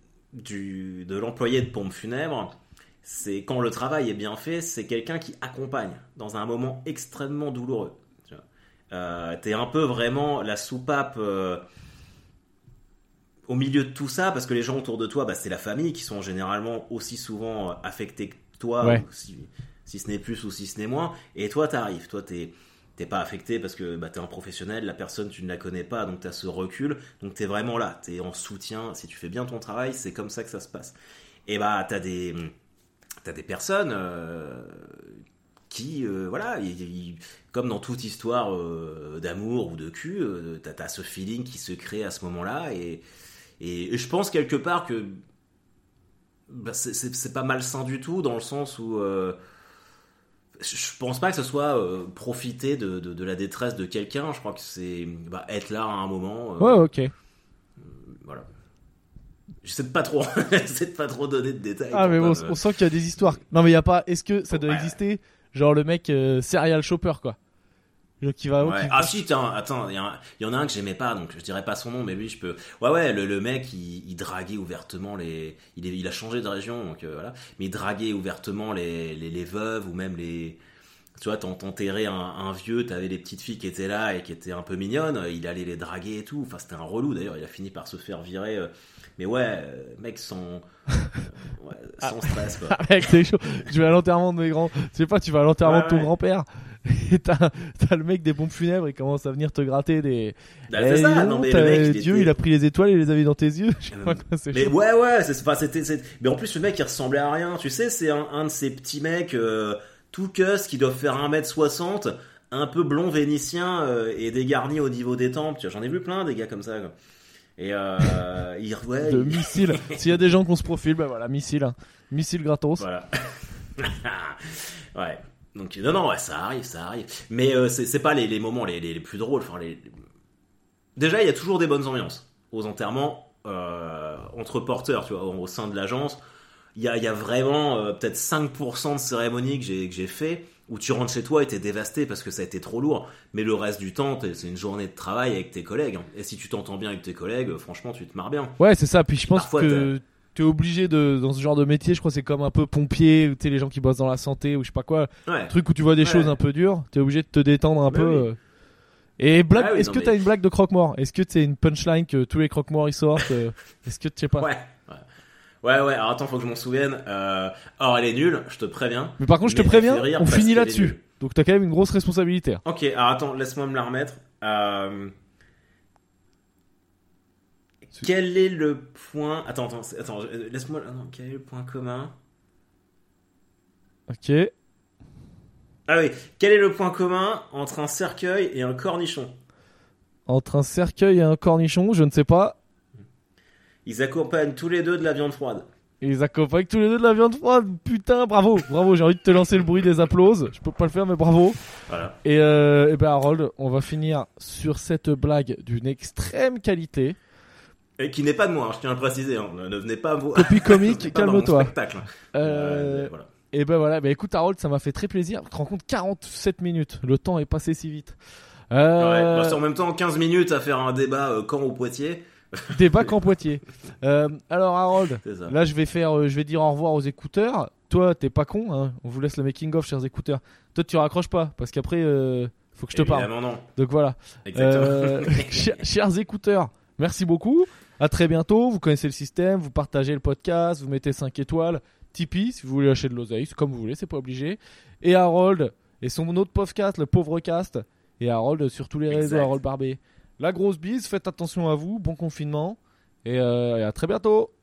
Speaker 2: de l'employé de pompe funèbre, c'est quand le travail est bien fait, c'est quelqu'un qui accompagne dans un moment extrêmement douloureux. T'es un peu vraiment la soupape au milieu de tout ça, parce que les gens autour de toi, c'est la famille qui sont généralement aussi souvent affectés que toi, si ce n'est plus ou si ce n'est moins. Et toi, t'arrives, t'es t'es pas affecté parce que bah, t'es un professionnel, la personne tu ne la connais pas, donc t'as ce recul, donc t'es vraiment là, t'es en soutien. Si tu fais bien ton travail, c'est comme ça que ça se passe. Et bah t'as des personnes qui, voilà, comme dans toute histoire d'amour ou de cul, t'as ce feeling qui se crée à ce moment-là, et je pense quelque part que bah, c'est pas malsain du tout, dans le sens où je pense pas que ce soit profiter de la détresse de quelqu'un. Je crois que c'est être là à un moment.
Speaker 1: Ouais, ok.
Speaker 2: Voilà. J'essaie de pas trop, j'essaie de pas trop donner de détails.
Speaker 1: Ah, mais bon, on sent qu'il y a des histoires. Non, mais il y a pas. Est-ce que ça doit exister? Genre le mec serial shopper, quoi. Qui va.
Speaker 2: Ouais. Ah si, attends, il y en a un que j'aimais pas, donc je dirais pas son nom, mais lui je peux. Ouais, le mec il draguait ouvertement il a changé de région, donc voilà. Mais il draguait ouvertement les veuves, ou même les. Tu vois, t'enterrais un vieux, t'avais les petites filles qui étaient là et qui étaient un peu mignonnes, il allait les draguer et tout. Enfin, c'était un relou d'ailleurs, il a fini par se faire virer. Mais ouais, mec, sans stress, quoi.
Speaker 1: Mec, c'est chaud. Tu vas à l'enterrement de mes grands. Tu sais pas, tu vas à l'enterrement de ton grand-père. Et t'as le mec des pompes funèbres, il commence à venir te gratter des.
Speaker 2: C'est ça, non, mais le mec,
Speaker 1: Dieu, il a pris les étoiles et les a mis dans tes yeux. Je sais pas quoi, c'est
Speaker 2: mais
Speaker 1: chaud.
Speaker 2: ouais, c'était. Mais en plus, le mec, il ressemblait à rien. Tu sais, c'est un de ces petits mecs tout cuss qui doivent faire 1m60, un peu blond vénitien et dégarni au niveau des tempes. J'en ai vu plein, des gars comme ça, quoi. Et
Speaker 1: de missile. S'il y a des gens qui ont ce profil, ben voilà, missile, hein. Missile gratos.
Speaker 2: Voilà. Ouais. Donc non, ouais, ça arrive. Mais c'est pas les moments les plus drôles. Enfin, déjà, il y a toujours des bonnes ambiances aux enterrements entre porteurs, tu vois, au sein de l'agence. Il y a vraiment peut-être 5% de cérémonies que j'ai fait où tu rentres chez toi et t'es dévasté parce que ça a été trop lourd. Mais le reste du temps, c'est une journée de travail avec tes collègues. Hein. Et si tu t'entends bien avec tes collègues, franchement, tu te marres bien.
Speaker 1: Ouais, c'est ça. Puis je pense que t'es obligé dans ce genre de métier, je crois que c'est comme un peu pompier, ou tu sais, les gens qui bossent dans la santé ou je sais pas quoi.
Speaker 2: Ouais.
Speaker 1: Truc où tu vois des choses un peu dures, t'es obligé de te détendre un peu.
Speaker 2: Oui.
Speaker 1: Et blague, est-ce que t'as une blague de croque-mort? Est-ce que t'as une punchline que tous les croque-morts ils sortent? Est-ce que tu sais pas?
Speaker 2: Ouais, alors attends, faut que je m'en souvienne. Alors elle est nulle, je te préviens.
Speaker 1: Mais par contre, je te préviens, on finit là-dessus. Donc t'as quand même une grosse responsabilité.
Speaker 2: Ok, alors attends, laisse-moi me la remettre. Quel est le point... Attends, laisse-moi... Non, quel est le point commun?
Speaker 1: Ok.
Speaker 2: Ah oui, quel est le point commun entre un cercueil et un cornichon?
Speaker 1: Entre un cercueil et un cornichon, je ne sais pas.
Speaker 2: Ils accompagnent tous les deux de la viande froide.
Speaker 1: Ils accompagnent tous les deux de la viande froide. Putain, bravo, j'ai envie de te lancer le bruit des applauses. Je peux pas le faire, mais bravo.
Speaker 2: Voilà.
Speaker 1: Et ben Harold, on va finir sur cette blague d'une extrême qualité.
Speaker 2: Et qui n'est pas de moi, hein, je tiens à le préciser. Hein. Ne venez pas vous.
Speaker 1: Copie comique, calme-toi.
Speaker 2: Voilà.
Speaker 1: Et ben voilà, écoute Harold, ça m'a fait très plaisir. Tu te rends compte, 47 minutes. Le temps est passé si vite.
Speaker 2: Ouais, c'est en même temps 15 minutes à faire un débat Caen ou Poitiers.
Speaker 1: Débat Caen Poitiers. Alors Harold, là je vais dire au revoir aux écouteurs. Toi, t'es pas con, hein. On vous laisse le making of, chers écouteurs. Toi, tu raccroches pas, parce qu'après, faut que je te parle.
Speaker 2: Évidemment non.
Speaker 1: Donc voilà.
Speaker 2: Exactement.
Speaker 1: Chers écouteurs, merci beaucoup. À très bientôt. Vous connaissez le système. Vous partagez le podcast. Vous mettez 5 étoiles. Tipeee, si vous voulez lâcher de l'oseille. C'est comme vous voulez, c'est pas obligé. Et Harold, et son autre podcast, le Pauvre Cast. Et Harold sur tous les réseaux, Harold Barbé. La grosse bise, faites attention à vous. Bon confinement. Et à très bientôt.